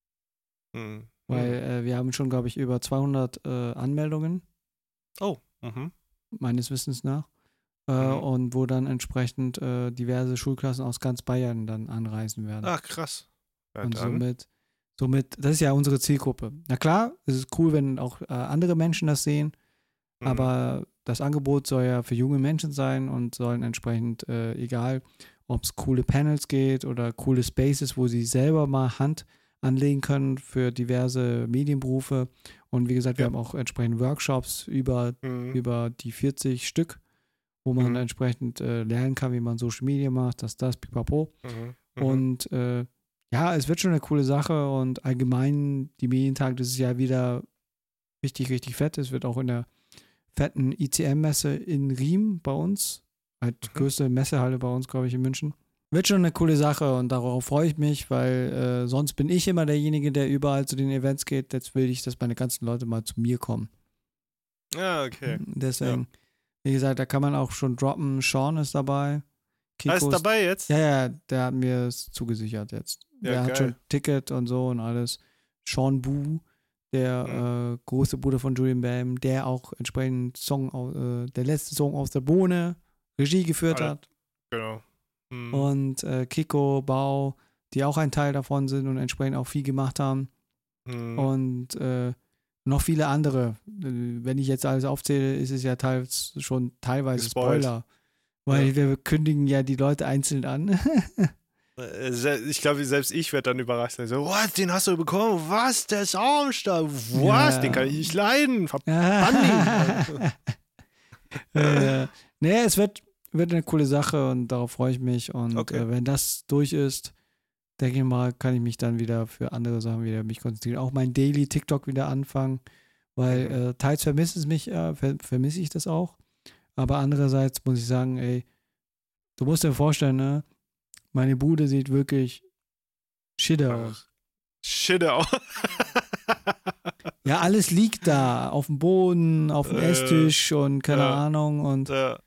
Speaker 3: Weil wir haben schon, glaube ich, über 200 Anmeldungen.
Speaker 2: Oh,
Speaker 3: meines Wissens nach. Und wo dann entsprechend diverse Schulklassen aus ganz Bayern dann anreisen werden.
Speaker 2: Ach, krass. Ja,
Speaker 3: und somit, das ist ja unsere Zielgruppe. Na klar, es ist cool, wenn auch andere Menschen das sehen, aber das Angebot soll ja für junge Menschen sein und sollen entsprechend, egal, ob es coole Panels geht oder coole Spaces, wo sie selber mal Hand anlegen können für diverse Medienberufe. Und wie gesagt, wir haben auch entsprechend Workshops über die 40 Stück, wo man entsprechend lernen kann, wie man Social Media macht, das, pipapo. Und ja, es wird schon eine coole Sache und allgemein die Medientage dieses Jahr wieder richtig, richtig fett. Es wird auch in der fetten ICM-Messe in Riem bei uns, halt größte Messehalle bei uns, glaube ich, in München, Wird schon eine coole Sache und darauf freue ich mich, weil sonst bin ich immer derjenige, der überall zu den Events geht. Jetzt will ich, dass meine ganzen Leute mal zu mir kommen.
Speaker 2: Ja, okay.
Speaker 3: Deswegen, wie gesagt, da kann man auch schon droppen. Sean ist dabei.
Speaker 2: Ist dabei jetzt?
Speaker 3: Ja, der hat mir es zugesichert jetzt.
Speaker 2: Ja,
Speaker 3: der hat schon Ticket und so und alles. Sean Boo, der große Bruder von Julian Bam, der auch entsprechend der letzte Song aus der Bohne Regie geführt hat.
Speaker 2: Genau.
Speaker 3: Und Kiko, Bau, die auch ein Teil davon sind und entsprechend auch viel gemacht haben. Und noch viele andere. Wenn ich jetzt alles aufzähle, ist es ja schon teilweise Spoiler. Weil wir kündigen ja die Leute einzeln an.
Speaker 2: Ich glaube, selbst ich werde dann überrascht sein. So, was, den hast du bekommen? Was, der ist Armstar? Was, den kann ich nicht leiden. Verbann ihn.
Speaker 3: Nee, es wird eine coole Sache und darauf freue ich mich. Und wenn das durch ist, denke ich mal, kann ich mich dann wieder für andere Sachen wieder mich konzentrieren. Auch mein Daily TikTok wieder anfangen, weil teils vermisse ich das auch. Aber andererseits muss ich sagen, ey, du musst dir vorstellen, ne? Meine Bude sieht wirklich shit aus.
Speaker 2: Shit aus.
Speaker 3: Ja, alles liegt da. Auf dem Boden, auf dem Esstisch und keine Ahnung. Und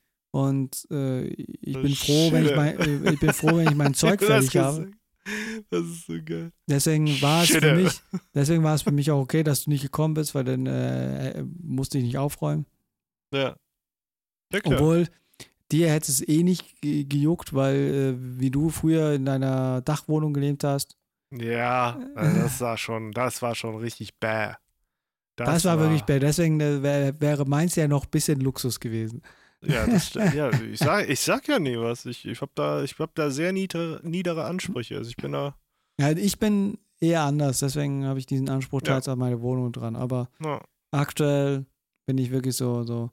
Speaker 3: ich bin froh, wenn ich mein Zeug fertig habe.
Speaker 2: Das ist so geil.
Speaker 3: Deswegen war es für mich auch okay, dass du nicht gekommen bist, weil dann musste ich nicht aufräumen.
Speaker 2: Ja.
Speaker 3: Obwohl, dir hätte es eh nicht gejuckt, weil wie du früher in deiner Dachwohnung gelebt hast.
Speaker 2: Ja, das war schon richtig bäh.
Speaker 3: Das war wirklich bäh. Deswegen wäre meins ja noch ein bisschen Luxus gewesen.
Speaker 2: Ja, das stimmt. Ja, ich sag ja nie was. Ich hab da sehr niedere Ansprüche. Also ich bin da.
Speaker 3: Ja, ich bin eher anders. Deswegen habe ich diesen Anspruch teils an meine Wohnung dran. Aber aktuell bin ich wirklich so.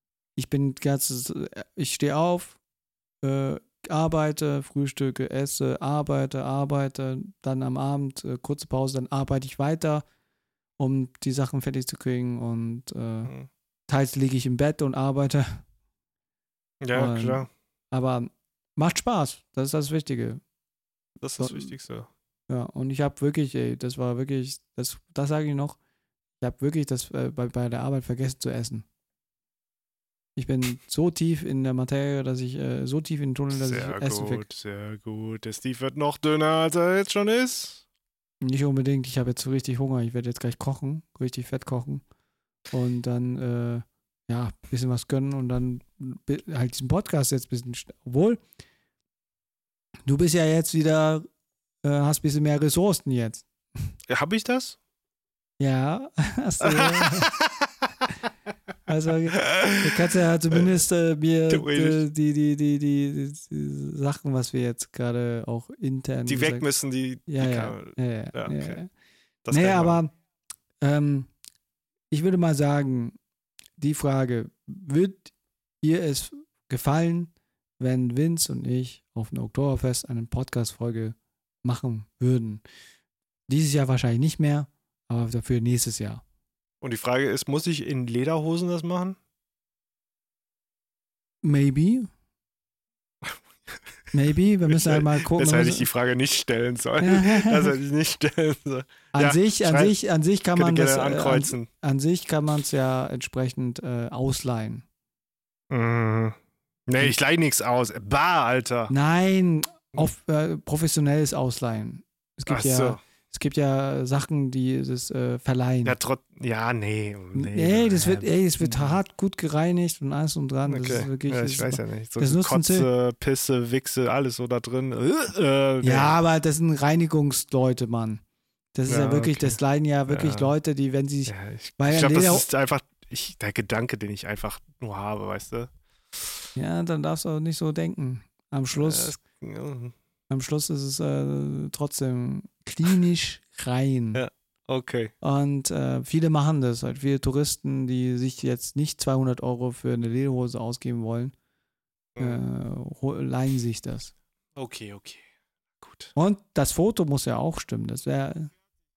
Speaker 3: Ich stehe auf, arbeite, frühstücke, esse, arbeite, dann am Abend kurze Pause, dann arbeite ich weiter, um die Sachen fertig zu kriegen und teils liege ich im Bett und arbeite.
Speaker 2: Ja, klar.
Speaker 3: Aber macht Spaß, das ist das Wichtige.
Speaker 2: Das ist das Wichtigste.
Speaker 3: Ja, und ich habe wirklich, das war wirklich, das sage ich noch, ich habe wirklich das bei der Arbeit vergessen zu essen. Ich bin so tief in der Materie, dass ich so tief in den Tunnel, dass ich essen will.
Speaker 2: Sehr gut. Der Steve wird noch dünner, als er jetzt schon ist.
Speaker 3: Nicht unbedingt. Ich habe jetzt so richtig Hunger. Ich werde jetzt gleich kochen, richtig fett kochen. Und dann, ein bisschen was gönnen und dann halt diesen Podcast jetzt ein bisschen. Obwohl, du bist ja jetzt wieder, hast ein bisschen mehr Ressourcen jetzt.
Speaker 2: Ja, habe ich das?
Speaker 3: Ja, hast du. Also, du kannst ja zumindest mir die Sachen, was wir jetzt gerade auch intern.
Speaker 2: Die weg müssen, die.
Speaker 3: Ja.
Speaker 2: Okay.
Speaker 3: Nee, aber ich würde mal sagen, die Frage, wird ihr es gefallen, wenn Vince und ich auf dem Oktoberfest eine Podcast-Folge machen würden? Dieses Jahr wahrscheinlich nicht mehr, aber dafür nächstes Jahr.
Speaker 2: Und die Frage ist, muss ich in Lederhosen das machen?
Speaker 3: Maybe. Wir müssen halt mal gucken.
Speaker 2: Das hätte ich die Frage nicht stellen sollen.
Speaker 3: An sich kann man das
Speaker 2: ankreuzen.
Speaker 3: An sich kann man es ja entsprechend ausleihen.
Speaker 2: Nee, ich leihe nichts aus. Bah, Alter.
Speaker 3: Nein, auf professionelles Ausleihen. Es gibt ja Sachen, die das verleihen.
Speaker 2: Nee.
Speaker 3: Das wird hart gut gereinigt und alles und dran.
Speaker 2: Okay.
Speaker 3: Das ist wirklich,
Speaker 2: ich weiß ja nicht. So
Speaker 3: das
Speaker 2: Kotze, Pisse, Wichse, alles so da drin.
Speaker 3: Ja, aber das sind Reinigungsleute, Mann. Das ist ja wirklich, okay. Das leiden ja wirklich Leute, die, wenn sie sich.
Speaker 2: Ja, ich glaube, das ist einfach der Gedanke, den ich einfach nur habe, weißt du?
Speaker 3: Ja, dann darfst du auch nicht so denken. Am Schluss ist es trotzdem klinisch rein.
Speaker 2: Ja, okay.
Speaker 3: Und viele machen das. Halt viele Touristen, die sich jetzt nicht 200 € für eine Lederhose ausgeben wollen, leihen sich das.
Speaker 2: Okay. Gut.
Speaker 3: Und das Foto muss ja auch stimmen. Das wäre.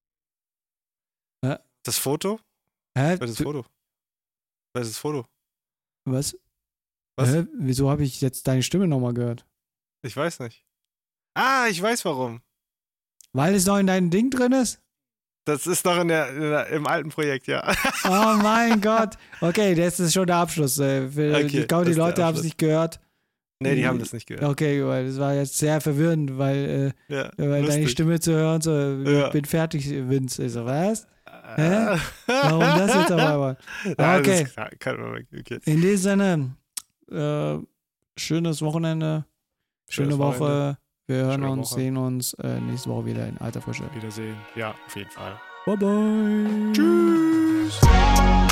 Speaker 2: Das Foto?
Speaker 3: Was
Speaker 2: ist das Foto?
Speaker 3: Was? Wieso habe ich jetzt deine Stimme nochmal gehört?
Speaker 2: Ich weiß nicht. Ah, ich weiß warum.
Speaker 3: Weil es noch in deinem Ding drin ist?
Speaker 2: Das ist noch im alten Projekt, ja.
Speaker 3: Oh mein Gott. Okay, das ist schon der Abschluss. Ich glaube, die Leute haben es nicht gehört.
Speaker 2: Nee, die haben das nicht gehört.
Speaker 3: Okay, weil das war jetzt sehr verwirrend, weil deine Stimme zu hören, so, ich bin fertig, Vince. Ich so, was? Hä? Warum das jetzt aber? Okay.
Speaker 2: Okay.
Speaker 3: In diesem Sinne, schönes Wochenende, schöne Woche. Wir hören uns, sehen uns nächste Woche wieder in alter Frische.
Speaker 2: Wiedersehen. Ja, auf jeden Fall.
Speaker 3: Bye bye.
Speaker 2: Tschüss.